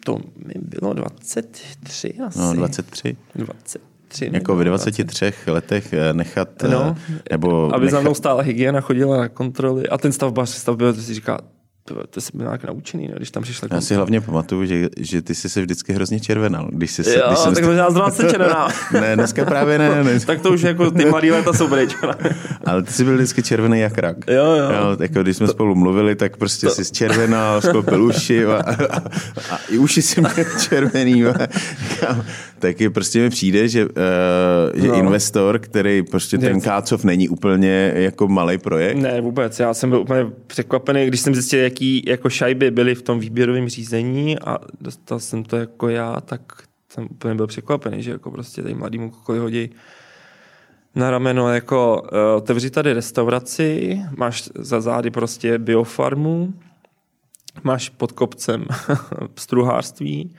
[SPEAKER 2] 23 asi.
[SPEAKER 1] No, 23.
[SPEAKER 2] 23.
[SPEAKER 1] Jako v 23 letech nechat... nebo
[SPEAKER 2] aby za mnou stála hygiena, chodila na kontroly a ten stavbař to si říká, to jsi byl nějak naučený, ne? Když tam přišla kontrola.
[SPEAKER 1] Já si hlavně pamatuju, že ty jsi se vždycky hrozně červenal.
[SPEAKER 2] Tak možná zrovna se červená.
[SPEAKER 1] Ne, dneska právě ne.
[SPEAKER 2] Tak to už jako ty mladý léta jsou pryč.
[SPEAKER 1] Ale ty jsi byl vždycky červený jak rak.
[SPEAKER 2] Jo.
[SPEAKER 1] Jako když jsme spolu mluvili, tak prostě jsi červenal, sklopil uši a i uši si měl červený. Taky prostě mi přijde, že investor, který prostě ten Kácov není úplně jako malej projekt.
[SPEAKER 2] Ne, vůbec. Já jsem byl úplně překvapený, když jsem zjistil, jaký jako šajby byly v tom výběrovém řízení a dostal jsem to jako já, tak jsem úplně byl překvapený, že jako prostě tady mladýmu kukovi hodí na rameno jako otevři tady restauraci, máš za zády prostě biofarmu, máš pod kopcem struhářství,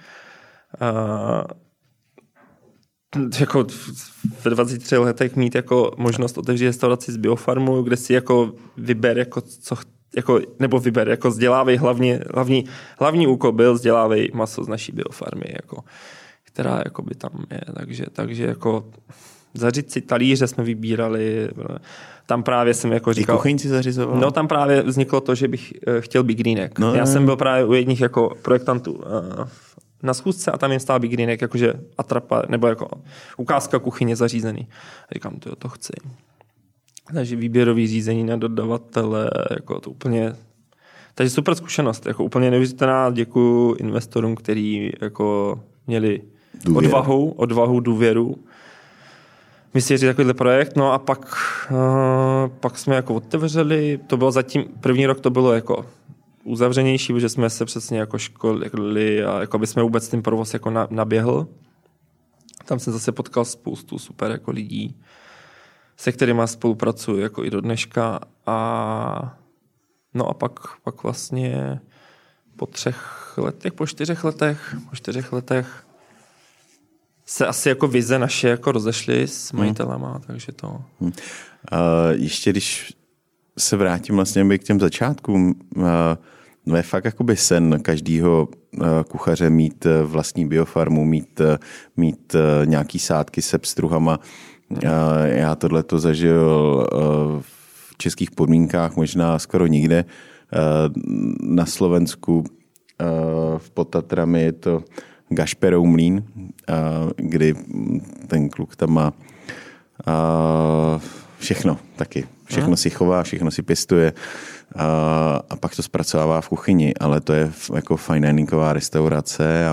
[SPEAKER 2] jako ve 23 letech mít jako možnost otevřít restauraci z biofarmu, kde si jako vyber jako co nebo vyber, jako vzdělávej hlavní úkol byl vzdělávej maso z naší biofarmy, jako, která jako by tam je, takže jako zařít si talíře jsme vybírali, tam právě jsem jako říkal...
[SPEAKER 1] I kuchyň si zařizoval?
[SPEAKER 2] No tam právě vzniklo to, že bych chtěl Big Greenek. No, já jsem byl právě u jedních jako projektantů na schůzce a tam jim stál Big Greenek, jakože atrapa, nebo jako ukázka kuchyně zařízený. A říkám, to chci. Takže výběrový řízení na dodavatele, jako to úplně... Takže super zkušenost, jako úplně neuvěřitelná. Děkuju investorům, kteří jako měli odvahu, důvěru. Myslíš, že takovýhle projekt, no a pak jsme jako otevřeli, to bylo zatím, první rok to bylo jako uzavřenější, protože jsme se přesně jako školili a jako by jsme vůbec ten provoz jako naběhl. Tam jsem zase potkal spoustu super jako lidí, se kterými spolupracuji jako i do dneška a no a pak vlastně po 4 letech se asi jako vize naše jako rozešly s majitelama, takže to...
[SPEAKER 1] Ještě když se vrátím vlastně k těm začátkům, no je fakt jakoby sen každýho kuchaře mít vlastní biofarmu, mít nějaký sádky se pstruhama. Já tohleto zažil v českých podmínkách možná skoro nikde. Na Slovensku v Pod Tatrami je to Gašperov mlýn, kdy ten kluk tam má všechno taky. Všechno si chová, všechno si pěstuje a pak to zpracovává v kuchyni, ale to je jako fine diningová restaurace.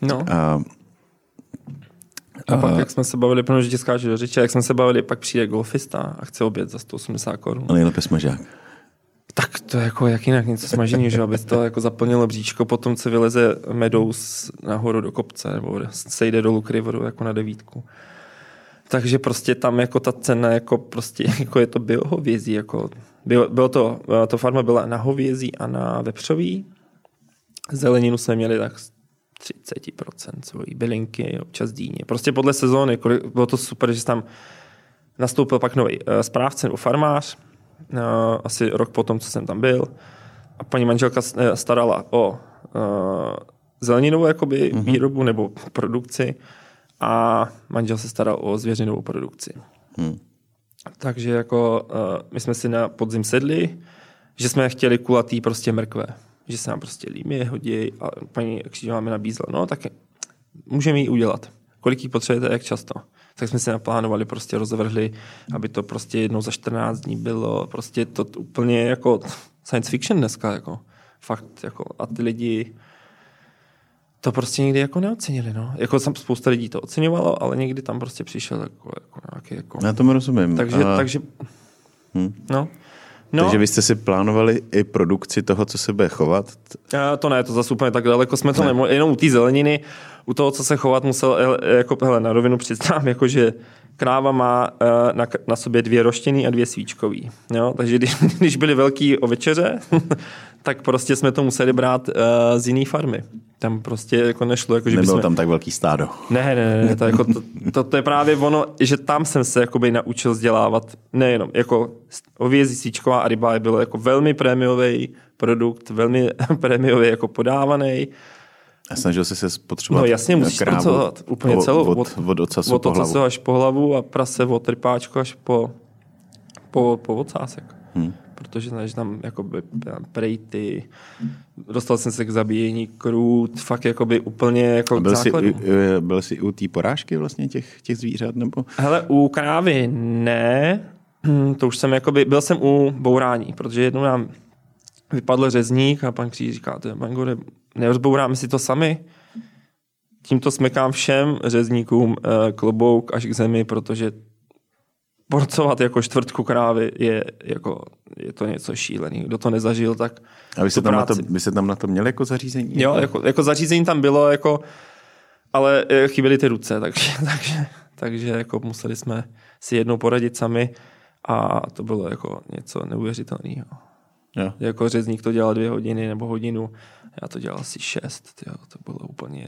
[SPEAKER 2] A pak, jak jsme se bavili, protože ti skážu do řeči, jak jsme se bavili, pak přijde golfista a chce oběd za 180 korun.
[SPEAKER 1] Ale nejlépe smažák.
[SPEAKER 2] Tak to je jako jak jinak něco smažení, že aby to jako zaplnilo bříčko, potom se vyleze Meadows nahoru do kopce nebo sejde dolů k Riveru jako na 9. Takže prostě tam jako ta cena jako prostě jako je to biohovězí, jako bylo to farma byla na hovězí a na vepřový. Zeleninu jsme měli tak 30% svojí bylinky, občas dýně. Prostě podle sezóny, bylo to super, že tam nastoupil pak nový správce nebo farmář, asi rok potom, co jsem tam byl. A paní manželka starala o zeleninovou jakoby výrobu nebo produkci a manžel se staral o zvěřinovou produkci. Takže jako my jsme si na podzim sedli, že jsme chtěli kulatý prostě mrkve. Že se nám prostě líbí, hodí a paní Křížová mi nabízela, no tak můžeme ji udělat. Kolik jí potřebujete, jak často. Tak jsme si naplánovali, prostě rozvrhli, aby to prostě jednou za 14 dní bylo, prostě to úplně jako science fiction dneska, jako fakt, jako a ty lidi to prostě nikdy jako neocenili, no. Jako spousta lidí to oceňovalo, ale někdy tam prostě přišel jako nějaký jako...
[SPEAKER 1] Já tomu rozumím.
[SPEAKER 2] Takže no.
[SPEAKER 1] Takže vy jste si plánovali i produkci toho, co se bude chovat?
[SPEAKER 2] To ne, to zase úplně tak daleko jsme to nemohli. Jenom u té zeleniny, u toho, co se chovat musel, jako hele, na rovinu přiznám, jakože kráva má na sobě 2 roštěný a 2 svíčkový. Jo? Takže když byly velký o večeře, tak prostě jsme to museli brát z jiný farmy. Tam prostě jako nešlo. Jako, že
[SPEAKER 1] nebylo tam tak velký stádo.
[SPEAKER 2] Ne, to je právě ono, že tam jsem se jakoby naučil vzdělávat nejenom jako hovězí, svíčková a ryba bylo jako velmi prémiový produkt, velmi prémiově jako podávaný.
[SPEAKER 1] A snažil jsi se spotřebovat.
[SPEAKER 2] No jasně, musíš zpracovat úplně celou.
[SPEAKER 1] Od ocasu po hlavu.
[SPEAKER 2] Až po hlavu a prase od rypáčku až po ocásek. Protože znaš tam jakoby prejty, dostal jsem se k zabíjení krůt, fakt jakoby úplně jako k základu.
[SPEAKER 1] Byl jsi u té porážky vlastně těch zvířat? Nebo?
[SPEAKER 2] Hele, u krávy ne, to už jsem jakoby, byl jsem u bourání, protože jednou nám vypadl řezník a pan Kříž říká, Bangore, nerozbouráme si to sami? Tímto smekám všem řezníkům klobouk až k zemi, protože porcovat jako čtvrtku krávy je to něco šílený. Kdo to nezažil, tak
[SPEAKER 1] a vy jste tam na to měli jako zařízení?
[SPEAKER 2] Jo, jako zařízení tam bylo, jako, ale chyběly ty ruce, takže jako museli jsme si jednou poradit sami a to bylo jako něco neuvěřitelného.
[SPEAKER 1] Jo.
[SPEAKER 2] Jako řezník to dělal 2 hodiny nebo hodinu, já to dělal asi 6, to bylo úplně...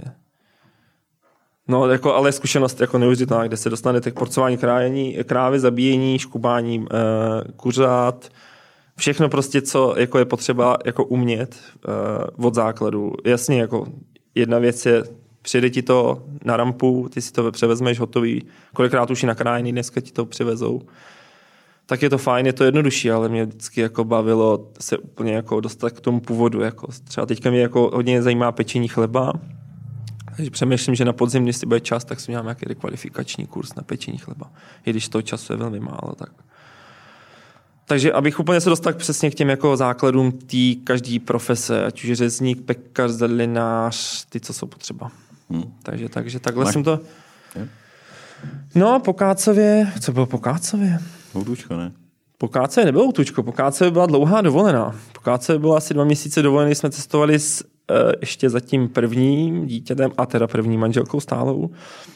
[SPEAKER 2] No, jako, ale zkušenost jako neuvěřitelná, kde se dostanete k porcování krávy, zabíjení, škubání kuřat, všechno prostě, co jako je potřeba jako umět od základu. Jasně, jako jedna věc je, přijde ti to na rampu, ty si to převezmeš hotový, kolikrát už i nakrájený, dneska ti to přivezou. Tak je to fajn, je to jednodušší, ale mě vždycky jako bavilo se úplně jako dostat k tomu původu. Jako třeba teďka mě jako hodně zajímá pečení chleba. Takže přemýšlím, že na podzim, když si bude čas, tak si udělám nějaký rekvalifikační kurz na pečení chleba. I když toho času je velmi málo. Takže abych úplně se dostal přesně k těm jako základům té každé profese, ať už řezník, pekař, zelinář, ty, co jsou potřeba. Takže takhle jsem to... No, po Kácově... Co bylo po Kácově?
[SPEAKER 1] Houtučko, ne?
[SPEAKER 2] Po Kácově nebylo houtučko, po Kácově byla dlouhá dovolená. Po Kácově bylo asi 2 měsíce dovolený, jsme cestovali ještě za tím prvním dítětem, a teda první manželkou stálou,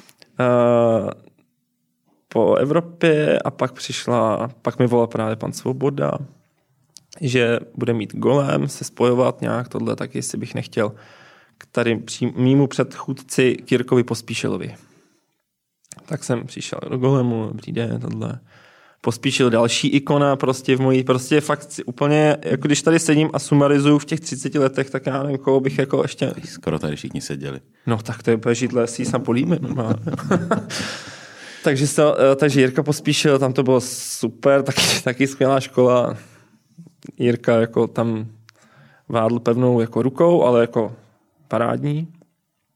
[SPEAKER 2] po Evropě a pak mi volal právě pan Svoboda, že bude mít golem, se spojovat nějak tohle, tak jestli bych nechtěl k tady mýmu předchůdci Kirkovi Pospíšilovi. Tak jsem přišel do golemu, dobrý den, tohle. Pospíšil další ikona prostě v mojí, prostě fakt úplně, jako když tady sedím a sumarizuju v těch 30 letech, tak já nevím, koho bych jako ještě...
[SPEAKER 1] Skoro tady všichni seděli.
[SPEAKER 2] No tak to je úplně židle, si sam políme. Takže Jirka Pospíšil, tam to bylo super, taky skvělá škola. Jirka jako tam vádl pevnou jako rukou, ale jako parádní.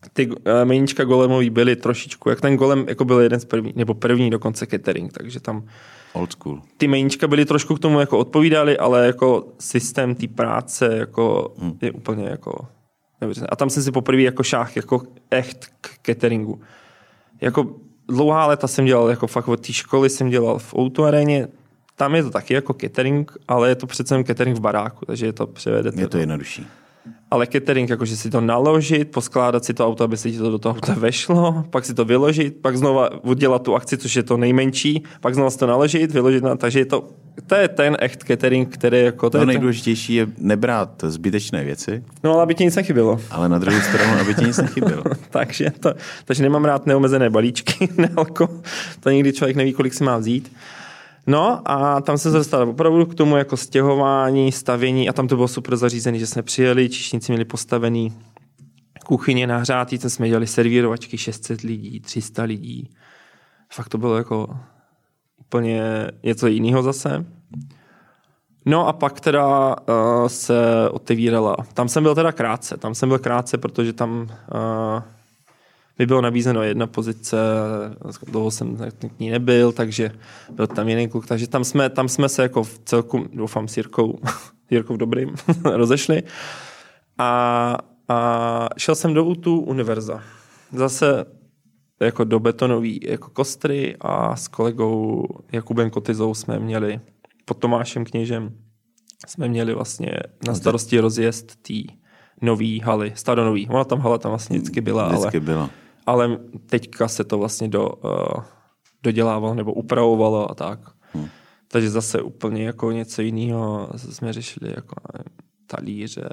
[SPEAKER 2] ty meníčka golemový byly trošičku, jak ten golem jako byl jeden z první, nebo první dokonce catering, takže tam
[SPEAKER 1] old school.
[SPEAKER 2] Ty meníčka byly trošku k tomu jako odpovídali, ale jako systém té práce jako je úplně jako nevím. A tam jsem si poprvé jako šáhl jako echt k cateringu. Jako dlouhá léta jsem dělal, jako fakt od té školy jsem dělal v O2 aréně, tam je to taky jako catering, ale je to přece jen catering v baráku, takže je to převedete.
[SPEAKER 1] Je to jednodušší.
[SPEAKER 2] Ale catering, jakože si to naložit, poskládat si to auto, aby se ti to do toho auta vešlo, pak si to vyložit, pak znova udělat tu akci, což je to nejmenší, pak znova si to naložit, vyložit, takže to je ten echt catering, který jako...
[SPEAKER 1] To nejdůležitější je nebrát zbytečné věci.
[SPEAKER 2] No, ale aby ti nic nechybělo.
[SPEAKER 1] Ale na druhou stranu, aby ti nic nechybělo.
[SPEAKER 2] takže nemám rád neomezené balíčky, nealko. To nikdy člověk neví, kolik si má vzít. No a tam jsem se dostal opravdu k tomu jako stěhování, stavění a tam to bylo super zařízené, že jsme přijeli, číšníci měli postavený kuchyně nahřátý, tam jsme dělali servírovačky 600 lidí, 300 lidí. Fakt to bylo jako úplně něco jiného zase. No a pak teda se otevírala. Tam jsem byl teda krátce, protože tam mi bylo nabízeno jedna pozice, dlouho jsem k ní nebyl, takže byl tam jiný kluk, takže tam jsme se jako v celku, doufám s Jirkou dobrým, rozešli a šel jsem do U2 Univerza. Zase jako do betonový jako kostry a s kolegou Jakubem Kotizou jsme měli, pod Tomášem Kněžem, jsme měli vlastně na starosti rozjezd té nový haly, staronový. Ona tam hala tam vlastně vždycky byla. Ale teďka se to vlastně dodělávalo nebo upravovalo a tak. Takže zase úplně jako něco jiného jsme řešili jako talíře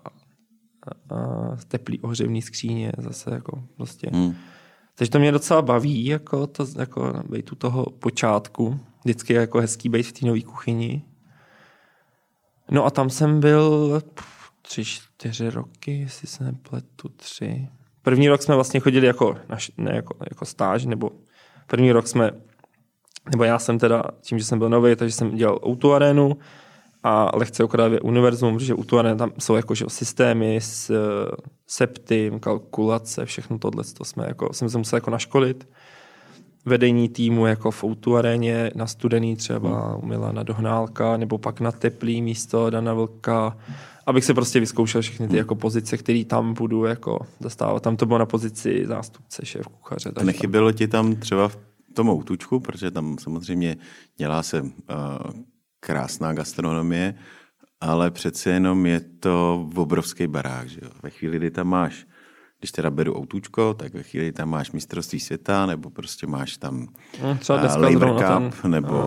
[SPEAKER 2] a teplý ohřevný skříně zase jako prostě. Takže to mě docela baví, jako to jako být u toho počátku. Vždycky je jako hezký být v té nové kuchyni. No a tam jsem byl 3-4 roky, jestli se nepletu 3. První rok jsme vlastně chodili jako stáž, nebo první rok nebo já jsem teda, tím, že jsem byl nový, takže jsem dělal O2 arénu a lehce okrajově univerzum, protože O2 aréna tam jsou jako systémy s septim, kalkulace, všechno tohle, jsem se musel jako naškolit. Vedení týmu jako v O2 aréně, na studený třeba u Milana Dohnálka, nebo pak na teplý místo Dana Vlka, abych se prostě vyzkoušel všechny ty jako pozice, které tam budu jako zastávat. Tam to bylo na pozici zástupce, šéf kuchaře.
[SPEAKER 1] Nechybělo ti tam třeba v tom Outučku, protože tam samozřejmě dělá se krásná gastronomie, ale přece jenom je to obrovský barák. Že jo? Ve chvíli, kdy tam máš, když teda beru Outučko, tak ve chvíli tam máš mistrovství světa, nebo prostě máš tam Labour Cup, nebo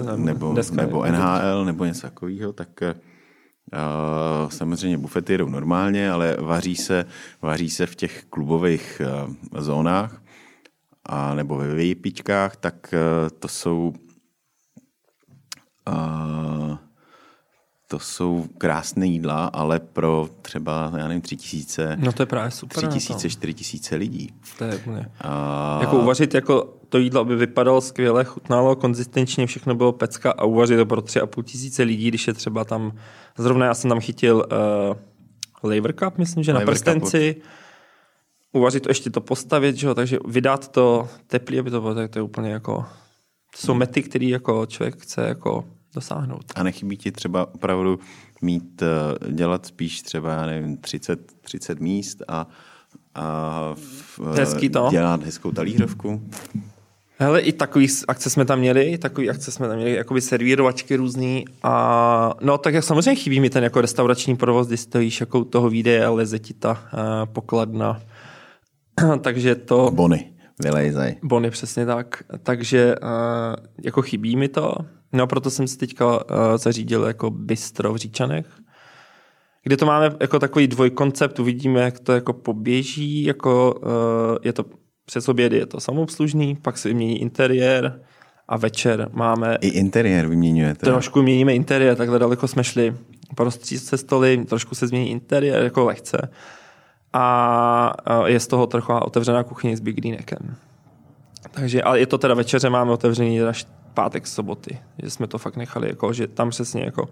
[SPEAKER 1] NHL, nebo něco takového, tak samozřejmě bufety jedou normálně, ale vaří se v těch klubových zónách a nebo ve výpičkách, tak to jsou krásné jídla, ale pro třeba, já nevím, 3000,
[SPEAKER 2] no to je právě super,
[SPEAKER 1] 3000, 4000 lidí.
[SPEAKER 2] To je úplně. Jako uvařit jako to jídlo, aby vypadalo skvěle, chutnalo, konzistentně, všechno bylo pecka a uvařit to pro 3500 lidí, když je třeba tam, zrovna já jsem tam chytil Labour Cup, myslím, že na prstenci, uvařit to, ještě to postavit, že jo, takže vydat to teplý, aby to bylo, tak to je úplně jako, to jsou mety, které jako člověk chce jako dosáhnout. A
[SPEAKER 1] nechybí ti třeba opravdu dělat spíš třeba, já nevím, 30 míst a dělat hezkou talířovku?
[SPEAKER 2] Hele, i takový akce jsme tam měli, jakoby servírovačky různý a no tak jak samozřejmě chybí mi ten jako restaurační provoz, kdy stojíš jako u toho výdeje a leze ti ta pokladna. Takže to...
[SPEAKER 1] Bony, vylejzaj.
[SPEAKER 2] Bony, přesně tak. Takže jako chybí mi to. No proto jsem si teďka zařídil jako bistro v Říčanech, kde to máme jako takový dvojkoncept, uvidíme, jak to jako poběží, jako je to přes obědy je to samoobslužný, pak se vymění interiér a večer máme...
[SPEAKER 1] I interiér vyměňujete?
[SPEAKER 2] Trošku měníme interiér, takhle daleko jsme šli. Prostříct se stoly, trošku se změní interiér, jako lehce. A je z toho trochu otevřená kuchyně s Big Greenekem. Takže, ale je to teda večeře, máme otevřený až pátek, soboty. Že jsme to fakt nechali, jako, že tam přesně jako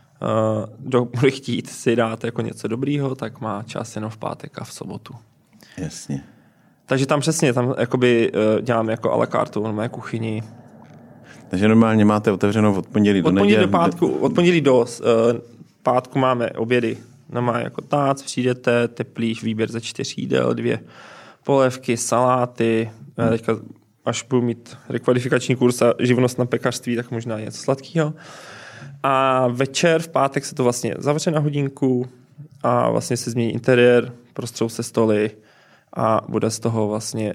[SPEAKER 2] kdo bude chtít si dát jako něco dobrýho, tak má čas jenom v pátek a v sobotu.
[SPEAKER 1] Jasně.
[SPEAKER 2] Takže tam přesně, tam jakoby děláme jako à la carte, máme kuchyni.
[SPEAKER 1] Takže normálně máte otevřenou od pondělí do neděle?
[SPEAKER 2] Od pondělí do pátku máme obědy. Normálně jako přijdete, teplíš, výběr ze 4 jídel, 2 polévky, saláty. Teďka, až budu mít rekvalifikační kurz a živnost na pekařství, tak možná něco sladkého. A večer, v pátek se to vlastně zavře na hodinku a vlastně se změní interiér, prostřou se stoly a bude z toho vlastně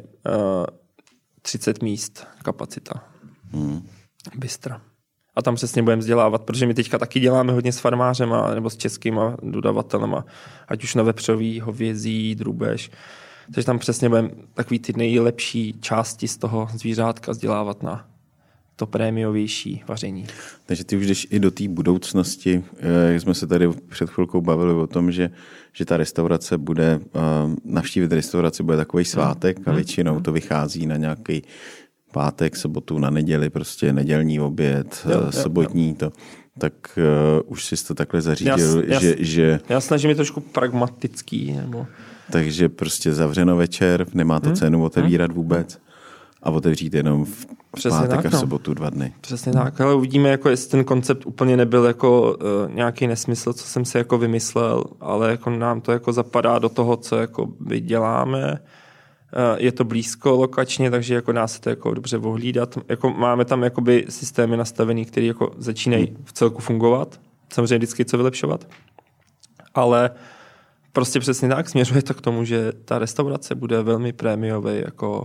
[SPEAKER 2] 30 míst kapacita. Bystra. A tam přesně budeme vzdělávat, protože my teďka taky děláme hodně s farmářema nebo s českýma dodavatelema, ať už na vepřový, hovězí, drůbež. Takže tam přesně budeme takový ty nejlepší části z toho zvířátka vzdělávat na to prémiovější vaření.
[SPEAKER 1] Takže ty už jdeš i do té budoucnosti, jak jsme se tady před chvilkou bavili o tom, že ta restaurace bude, navštívit restauraci bude takový svátek a většinou to vychází na nějaký pátek, sobotu, na neděli, prostě nedělní oběd, sobotní to. Tak už jsi to takhle zařídil, že...
[SPEAKER 2] Já snažím je trošku pragmatický. Nebo...
[SPEAKER 1] Takže prostě zavřeno večer, nemá to cenu otevírat vůbec a otevřít jenom v pátek a v sobotu 2 dny.
[SPEAKER 2] Přesně tak, ale uvidíme, jako jestli ten koncept úplně nebyl jako nějaký nesmysl, co jsem si jako vymyslel, ale jako nám to jako zapadá do toho, co jako děláme. Je to blízko lokačně, takže jako dá se to jako dobře ohlídat. Jako máme tam jakoby systémy nastavený, které jako začínají v celku fungovat. Samozřejmě vždycky co vylepšovat. Ale prostě přesně tak směřuje to k tomu, že ta restaurace bude velmi prémiový jako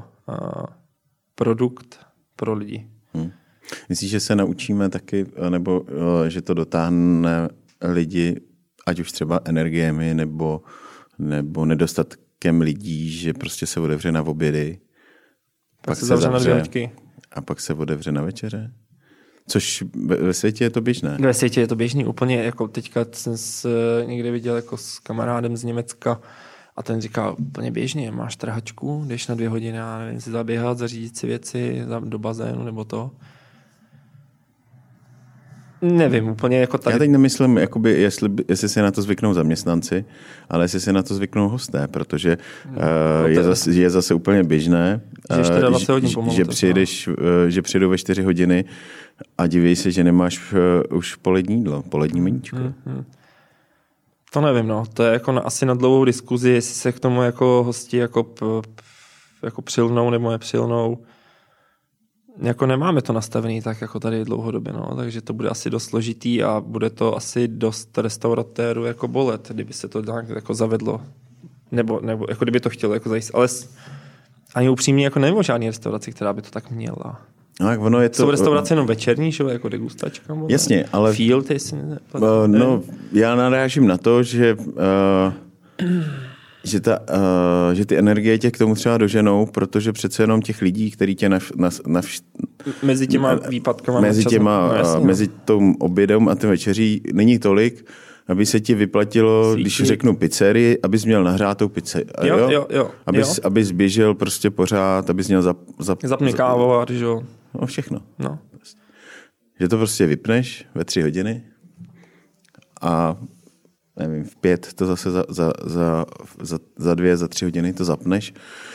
[SPEAKER 2] produkt pro lidi.
[SPEAKER 1] Myslíš, že se naučíme taky, nebo že to dotáhne lidi, ať už třeba energiemi, nebo nedostatkem lidí, že prostě se otevře na obědy, pak se zavře a pak se otevře na večeře? Což ve světě je to běžné.
[SPEAKER 2] Ve světě je to běžný úplně, jako teďka jsem někde viděl jako s kamarádem z Německa a ten říká úplně běžně, máš trhačku, jdeš na 2 hodiny a nevím, si zaběhat, zařídit si věci do bazénu nebo to. Nevím, úplně jako tady.
[SPEAKER 1] Já teď nemyslím, jakoby, jestli si na to zvyknou zaměstnanci, ale jestli si na to zvyknou hosté, protože je zase úplně běžné, že přijdou ve 4 hodiny a diví se, že nemáš už polední jídlo, polední meníčko.
[SPEAKER 2] To nevím, no. To je jako asi na dlouhou diskuzi, jestli se k tomu jako hosti jako přilnou nebo nepřilnou. Jako nemáme to nastavený tak jako tady dlouhodobě, no. Takže to bude asi dost složitý a bude to asi dost restauratérů jako bolet, kdyby se to nějak jako zavedlo. Nebo jako kdyby to chtělo jako zajistit. Ale ani upřímně jako nevím o žádný restauraci, která by to tak měla.
[SPEAKER 1] No, jak ono je to...
[SPEAKER 2] Jsou restaurace jenom večerní, že? Jako degustačka?
[SPEAKER 1] Jasně, ale...
[SPEAKER 2] Field,
[SPEAKER 1] no, já narážím na to, že ty energie tě k tomu třeba doženou, protože přece jenom těch lidí, který tě
[SPEAKER 2] mezi těma výpadkama...
[SPEAKER 1] Mezi tím obědem a tím večeří není tolik, aby se ti vyplatilo, když řeknu pizzerii, abys měl nahrátou pizzerii.
[SPEAKER 2] Jo.
[SPEAKER 1] Abys běžel prostě pořád, abys měl
[SPEAKER 2] zapni kávovar, že jo.
[SPEAKER 1] No všechno.
[SPEAKER 2] No.
[SPEAKER 1] Že to prostě vypneš ve 3 hodiny a nevím, v 5 to zase za 2, za 3 hodiny to zapneš.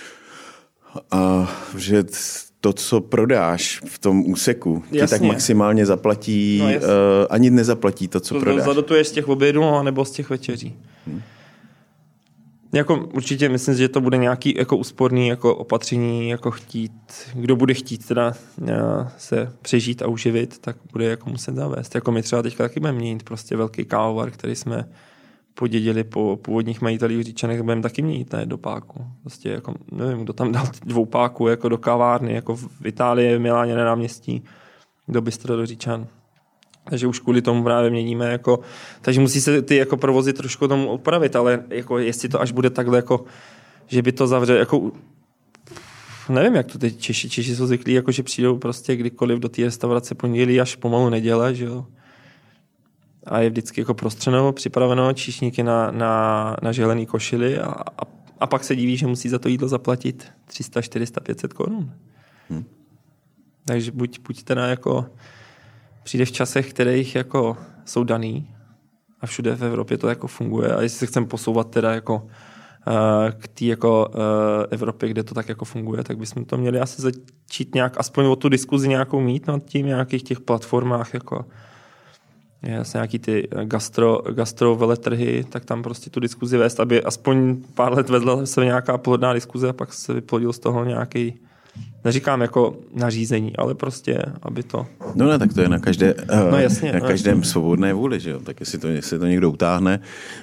[SPEAKER 1] A že to, co prodáš v tom úseku, ti tak maximálně zaplatí, ani nezaplatí to, co prodáš.
[SPEAKER 2] Zadotuješ z těch obědů nebo z těch večeří. Jako určitě myslím, že to bude nějaký jako úsporný jako opatření, jako chtít, kdo bude chtít teda se přežít a uživit, tak bude jako muset zavést. Jako my třeba teďka taky budeme měnit prostě velký kávovar, který jsme podědili po původních majitelích v Říčanech, budeme taky měnit, ne, do páku. Prostě jako, nevím, kdo tam dal 2 páků jako do kavárny, jako v Itálii, v Miláně na náměstí, do Bystra do Říčan. Takže už kvůli tomu právě měníme, jako, takže musí se ty jako provozy trošku tomu opravit, ale jako jestli to až bude takhle, jako, že by to zavře, jako, nevím, jak to teď Češi jsou zvyklí, jako, že přijdou prostě kdykoliv do té restaurace pondělí až pomalu neděle, že jo. A je vždycky jako prostřeno, připraveno, číšníky na želený košily a pak se diví, že musí za to jídlo zaplatit 300, 400, 500 korun. Takže buď teda jako přijde v časech, kterých jako jsou daný a všude v Evropě to jako funguje a jestli se chceme posouvat teda jako k té jako Evropě, kde to tak jako funguje, tak bychom to měli asi začít nějak, aspoň o tu diskuzi nějakou mít nad tím, nějakých těch platformách, jako jasně nějaký ty gastro veletrhy, tak tam prostě tu diskuzi vést, aby aspoň pár let vedla se nějaká plodná diskuze a pak se vyplodil z toho nějaký, neříkám jako nařízení, ale prostě, aby to...
[SPEAKER 1] No ne, tak to je na
[SPEAKER 2] jasně,
[SPEAKER 1] na každém svobodné vůli, že jo? Tak jestli to někdo utáhne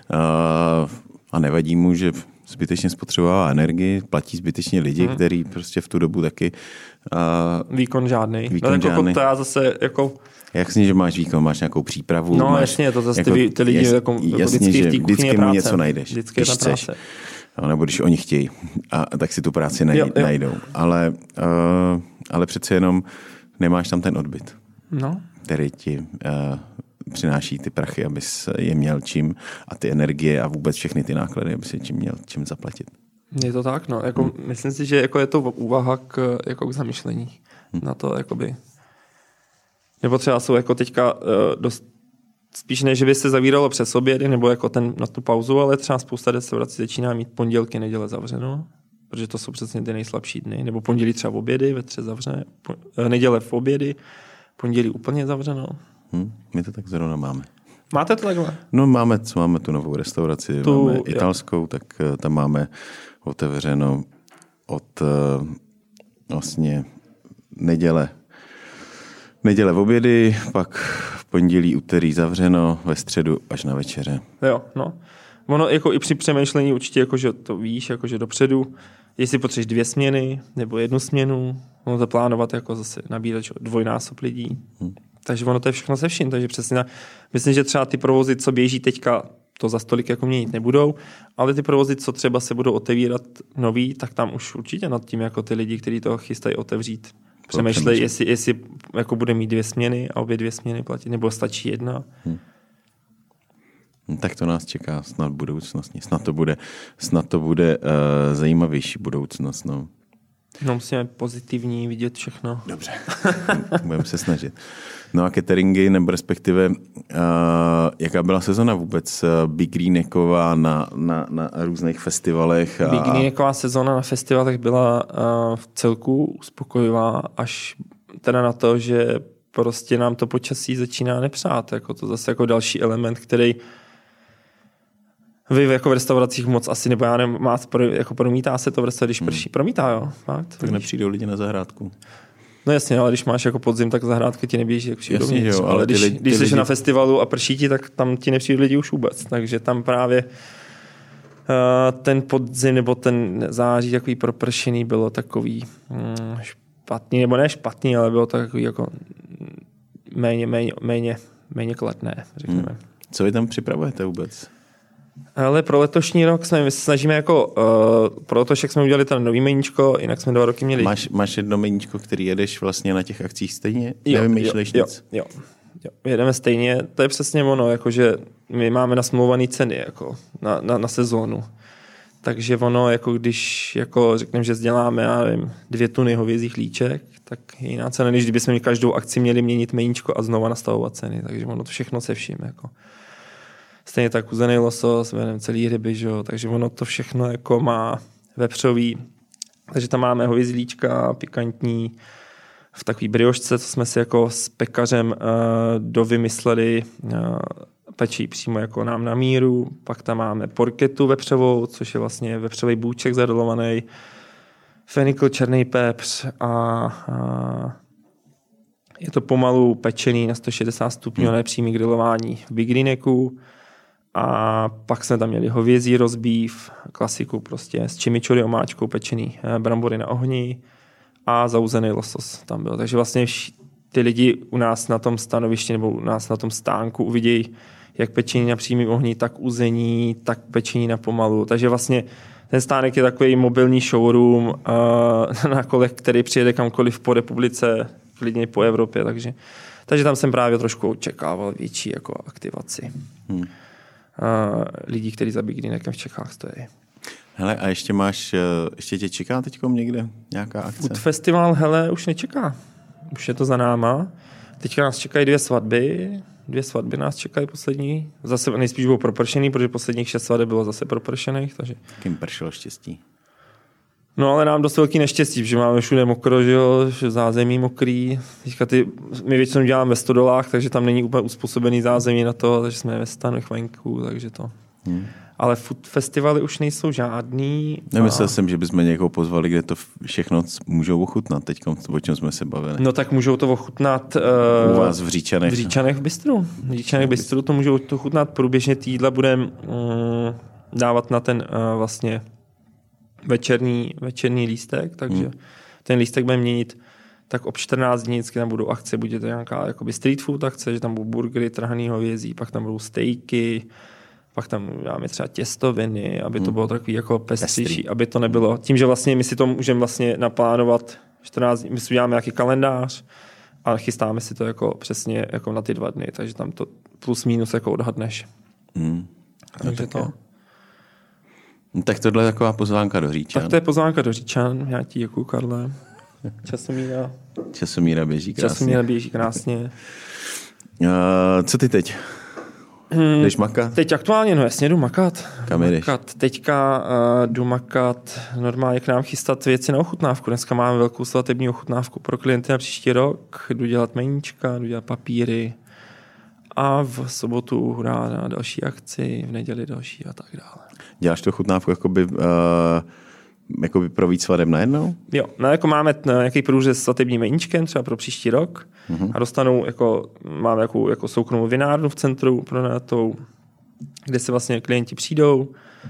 [SPEAKER 1] a nevadí mu, že zbytečně spotřebovává energii, platí zbytečně lidi, který prostě v tu dobu taky...
[SPEAKER 2] Výkon žádnej. To já zase jako...
[SPEAKER 1] Jasně, že máš výkon, máš nějakou přípravu.
[SPEAKER 2] No jasně, to zase
[SPEAKER 1] jako,
[SPEAKER 2] ty lidi jako
[SPEAKER 1] jasně, že vždycky mu něco najdeš,
[SPEAKER 2] vždycky
[SPEAKER 1] když chceš. Nebo když oni chtějí, tak si tu práci najdou. Ale přece jenom nemáš tam ten odbyt, který ti přináší ty prachy, abys je měl čím a ty energie a vůbec všechny ty náklady, aby si měl čím zaplatit.
[SPEAKER 2] Je to tak, no. Jako, myslím si, že jako je to úvaha k zamyšlení na to, jakoby. Nebo třeba jsou jako teďka dost spíš ne, že by se zavíralo přes obědy nebo jako na tu pauzu, ale třeba spousta restaurací začíná mít pondělky, neděle zavřeno, protože to jsou přesně ty nejslabší dny. Nebo pondělí třeba v obědy, ve 3 zavřené, neděle v obědy, pondělí úplně zavřeno.
[SPEAKER 1] My to tak zrovna máme.
[SPEAKER 2] Máte to takhle?
[SPEAKER 1] No máme tu novou restauraci, máme italskou, tak tam máme otevřeno od vlastně neděle v obědy, pak v pondělí, úterý zavřeno, ve středu až na večeře.
[SPEAKER 2] Jo, no. Ono jako i při přemýšlení určitě, jako, že to víš, jako, že dopředu, jestli potřebuješ 2 směny nebo 1 směnu, ono to plánovat jako zase nabírat 2násob lidí. Takže ono to je všechno se vším. Takže přesně, myslím, že třeba ty provozy, co běží teďka, to za stolik jako měnit nebudou, ale ty provozy, co třeba se budou otevírat nový, tak tam už určitě nad tím jako ty lidi, kteří to chystají otevřít, přemýšlej, jestli jako bude mít 2 směny a obě 2 směny platit, nebo stačí 1.
[SPEAKER 1] Tak to nás čeká snad budoucnost. Snad to bude zajímavější budoucnost. No,
[SPEAKER 2] musíme pozitivní vidět všechno.
[SPEAKER 1] Dobře, budeme se snažit. No a cateringy, nebo respektive jaká byla sezona vůbec Big Greenecková na různých festivalech?
[SPEAKER 2] Big Greenecková sezona na festivalech byla v celku uspokojivá, až teda na to, že prostě nám to počasí začíná nepřát. Jako to zase jako další element, který vy jako v restauracích moc asi, nebo já nevím, jako promítá se to v restauraci, když prší. Promítá, jo. Fakt?
[SPEAKER 1] Tak nepřijdou lidi na zahrádku.
[SPEAKER 2] No jasně, ale když máš jako podzim, tak zahrádky ti neběží, jak přijde
[SPEAKER 1] dovnitř. Jo,
[SPEAKER 2] ale když jsi na festivalu a prší ti, tak tam ti nepřijde lidi už vůbec. Takže tam právě ten podzim nebo ten září takový propršený bylo takový špatný, nebo ne špatný, ale bylo takový jako méně kladné, řekněme.
[SPEAKER 1] Co vy tam připravujete vůbec?
[SPEAKER 2] Ale pro letošní rok my se snažíme jako, pro letošek jsme udělali ten nový meníčko, jinak jsme 2 roky měli.
[SPEAKER 1] Máš jedno meníčko, který jedeš vlastně na těch akcích stejně? Nevymýšleš nic?
[SPEAKER 2] Jo, jedeme stejně. To je přesně ono, jakože my máme nasmlouvané ceny jako na sezónu. Takže ono, jako když jako řekneme, že děláme, já nevím, 2 tuny hovězích líček, tak je jiná cena, než kdybychom mi každou akci měli měnit meníčko a znova nastavovat ceny. Takže ono to všechno se vším. Jako. Stejně tak uzený losos, celý ryby, že? Takže ono to všechno jako má vepřový. Takže tam máme hovězí líčka, pikantní, v takový briošce, co jsme si jako s pekařem dovymysleli, pečí přímo jako nám na míru. Pak tam máme porketu vepřovou, což je vlastně vepřový bůček zadolovaný, fenikl, černý pepř a je to pomalu pečený na 160 stupňů, nepřímý grilování v Big Greenecku. A pak jsme tam měli hovězí rozbív, klasiku prostě s chimichurri omáčkou pečený brambory na ohni a zauzený losos tam byl. Takže vlastně ty lidi u nás na tom stanovišti nebo u nás na tom stánku uvidějí jak pečení na přímém ohni, tak uzení, tak pečení na pomalu. Takže vlastně ten stánek je takový mobilní showroom na kolech, který přijede kamkoliv po republice, klidně po Evropě. Takže tam jsem právě trošku očekával větší jako aktivaci. Lidí, kteří za Big Greeneckem v Čechách stojí.
[SPEAKER 1] Hele, a ještě tě čeká teďkom někde nějaká akce?
[SPEAKER 2] Food Festival, hele, už nečeká. Už je to za náma. Teďka nás čekají 2 svatby, 2 svatby nás čekají poslední. Zase nejspíš budou propršený, protože posledních 6 svadeb bylo zase propršených. Takže...
[SPEAKER 1] Kým pršelo štěstí?
[SPEAKER 2] No ale nám dost velký neštěstí, že máme všude mokro, že jo, že zázemí mokrý. Teďka my většinou děláme ve stodolách, takže tam není úplně uspůsobený zázemí na to, takže jsme ve stanech venku, takže to. Ale food festivaly už nejsou žádný.
[SPEAKER 1] Nemyslel jsem, že bychom někoho pozvali, kde to všechno můžou ochutnat teď, o čem jsme se bavili.
[SPEAKER 2] No tak můžou to ochutnat
[SPEAKER 1] u vás v Říčanech.
[SPEAKER 2] V Říčanech v Bistru. V Říčanech v Bistru to můžou to ochutnat průběžně týdla, budeme dávat na ten vlastně večerní lístek, takže ten lístek budeme měnit tak ob 14 dní, vždycky tam budou akce, bude to nějaká jakoby street food akce, že tam budou burgery, trhaný hovězí, pak tam budou stejky, pak tam dáme třeba těstoviny, aby to bylo takový jako pestřejší, aby to nebylo. Tím, že vlastně my si to můžeme vlastně naplánovat 14 dní, my si uděláme nějaký kalendář a chystáme si to jako přesně jako na ty 2 dny, takže tam to plus minus jako odhadneš. Takže to.
[SPEAKER 1] No, tak tohle je taková pozvánka do Říčan.
[SPEAKER 2] Tak to je pozvánka do Říčan. Já ti děkuju, Karle.
[SPEAKER 1] Časomíra běží krásně. Co ty teď? Jdeš makat?
[SPEAKER 2] Teď aktuálně, no jasně, jdu makat.
[SPEAKER 1] Kam jdeš?
[SPEAKER 2] Teďka jdu makat normálně k nám chystat věci na ochutnávku. Dneska máme velkou svatební ochutnávku pro klienty na příští rok. Jdu dělat meníčka, jdu dělat papíry a v sobotu hurá na další akci, v neděli další a tak dále.
[SPEAKER 1] Děláš tu ochutnávku jakoby pro víc svadeb najednou?
[SPEAKER 2] Jo, no jako máme nějaký průřez s svatebním meníčkem třeba pro příští rok a dostanou máme jako soukromou vinárnu v centru pronajatou, kde se vlastně klienti přijdou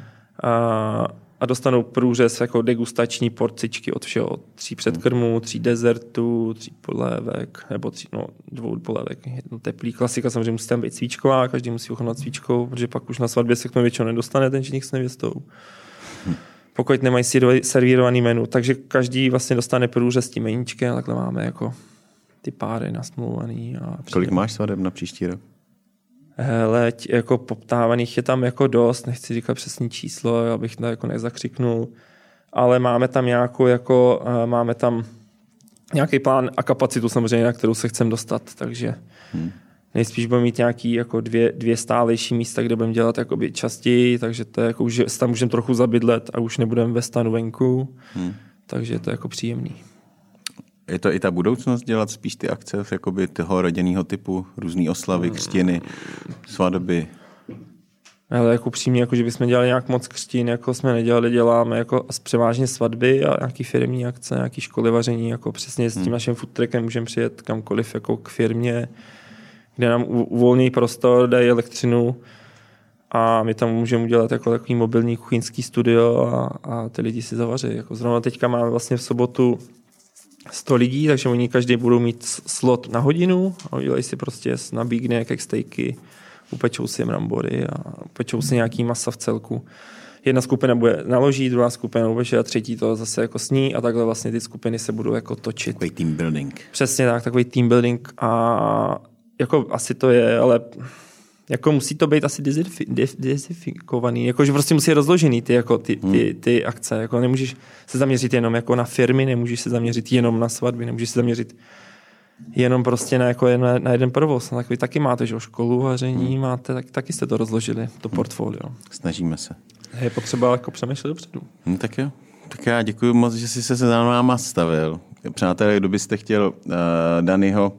[SPEAKER 2] a dostanou průřez jako degustační porcičky od všeho. 3 předkrmů, 3 dezertů, 3 polévek, nebo 2 polévek. Jedno teplý klasika, samozřejmě musí tam být svíčková, každý musí ochutnat svíčkou, protože pak už na svatbě se k tomu většinou nedostane ten ženich s nevěstou. Pokud nemají servírovaný menu. Takže každý vlastně dostane průřez s tím meníčkem, takhle máme jako ty páry nasmluvaný.
[SPEAKER 1] Kolik máš svadeb na příští rok?
[SPEAKER 2] Hele, jako poptávaných je tam jako dost, nechci říkat přesný číslo, abych to jako nezakřiknul, ale máme tam máme tam nějaký plán a kapacitu samozřejmě, na kterou se chcem dostat, takže nejspíš budeme mít nějaký jako 2 stálejší místa, kde budeme dělat jakoby častěji, takže to je jako už tam můžeme trochu zabydlet a už nebudeme ve stanu venku, takže je to jako příjemný.
[SPEAKER 1] Je to i ta budoucnost dělat spíš ty akce jakoby toho rodinného typu, různý oslavy, křtiny, svatby?
[SPEAKER 2] Ale jako přímě, jako že bychom dělali nějak moc křtin, jako jsme nedělali, děláme jako převážně svatby a nějaký firemní akce, nějaký školy vaření, jako přesně s tím naším food truckem můžeme přijet kamkoliv jako k firmě, kde nám uvolní prostor, dají elektřinu a my tam můžeme udělat jako takový mobilní kuchyňský studio a ty lidi si zavaří. Jako zrovna teďka máme vlastně v sobotu 100 lidí, takže oni každý budou mít slot na hodinu a udělají si prostě nabídne nějaké stejky, upečou si brambory a upečou si nějaký masa v celku. Jedna skupina bude naložit, druhá skupina upeče a třetí to zase jako sní a takhle vlastně ty skupiny se budou jako točit.
[SPEAKER 1] Takový team building.
[SPEAKER 2] Přesně tak, takový team building a jako asi to je, ale jako musí to být asi dezifikovaný, jakože prostě musí rozložený ty akce, jako nemůžeš se zaměřit jenom jako na firmy, nemůžeš se zaměřit jenom na svatby, nemůžeš se zaměřit jenom prostě na jeden provoz. Takový taky máte, že školu vaření máte, taky jste to rozložili, to portfolio.
[SPEAKER 1] Snažíme se.
[SPEAKER 2] Je potřeba jako přemýšlet dopředu.
[SPEAKER 1] Tak jo. Tak já děkuji moc, že jsi se za náma stavil. Přátelé, kdo byste chtěl Danyho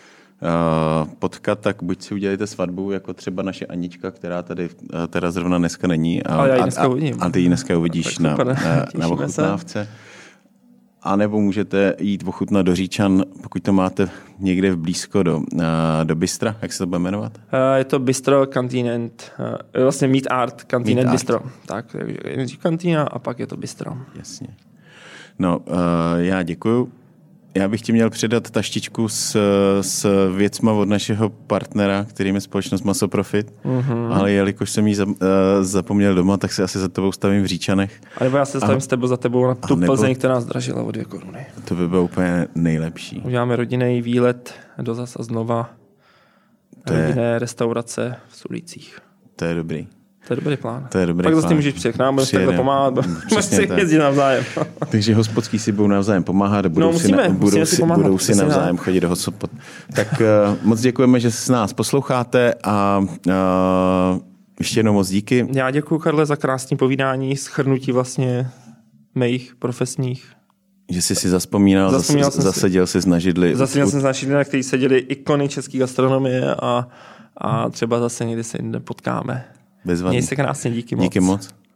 [SPEAKER 1] potkat, tak buď si udělejte svatbu, jako třeba naše Anička, která tady teda zrovna dneska není. A ty ji dneska uvidíš na ochutnávce. A nebo můžete jít ochutnat do Říčan, pokud to máte někde blízko do Bystra. Jak se to bude jmenovat?
[SPEAKER 2] Je to Bistro Continent. Vlastně Meat Art Continent Bistro. Tak, takže kantína a pak je to Bistro.
[SPEAKER 1] Jasně. No, já děkuju. Já bych ti měl předat taštičku s věcma od našeho partnera, kterým je společnost Maso Profit, ale jelikož jsem ji zapomněl doma, tak se asi za tebou stavím v Říčanech.
[SPEAKER 2] A nebo já se stavím za tebou na tu Plzeň, která nás dražila o 2 koruny.
[SPEAKER 1] To by bylo úplně nejlepší.
[SPEAKER 2] Uděláme rodinný výlet do zas a znova. Rodinné restaurace v Sulících.
[SPEAKER 1] To je dobrý.
[SPEAKER 2] To je dobrý plán.
[SPEAKER 1] To je dobrý
[SPEAKER 2] Pak
[SPEAKER 1] plán.
[SPEAKER 2] zase můžeš přijet k nám, budeš takhle pomáhat, budeš si jezdit navzájem.
[SPEAKER 1] Takže hospodský si budou navzájem pomáhat a budou si navzájem chodit do hotspot. Tak moc děkujeme, že se nás posloucháte a ještě jednou moc díky.
[SPEAKER 2] Já děkuji, Karle, za krásné povídání, shrnutí vlastně mých profesních.
[SPEAKER 1] Že jsi si zaspomínal zaseděl si na židli.
[SPEAKER 2] Zaseděl jsem na židli, na který seděli ikony české gastronomie a třeba zase někdy se jinde potkáme.
[SPEAKER 1] Bezvadný.
[SPEAKER 2] Měj se krásně, díky moc.
[SPEAKER 1] Díky moc.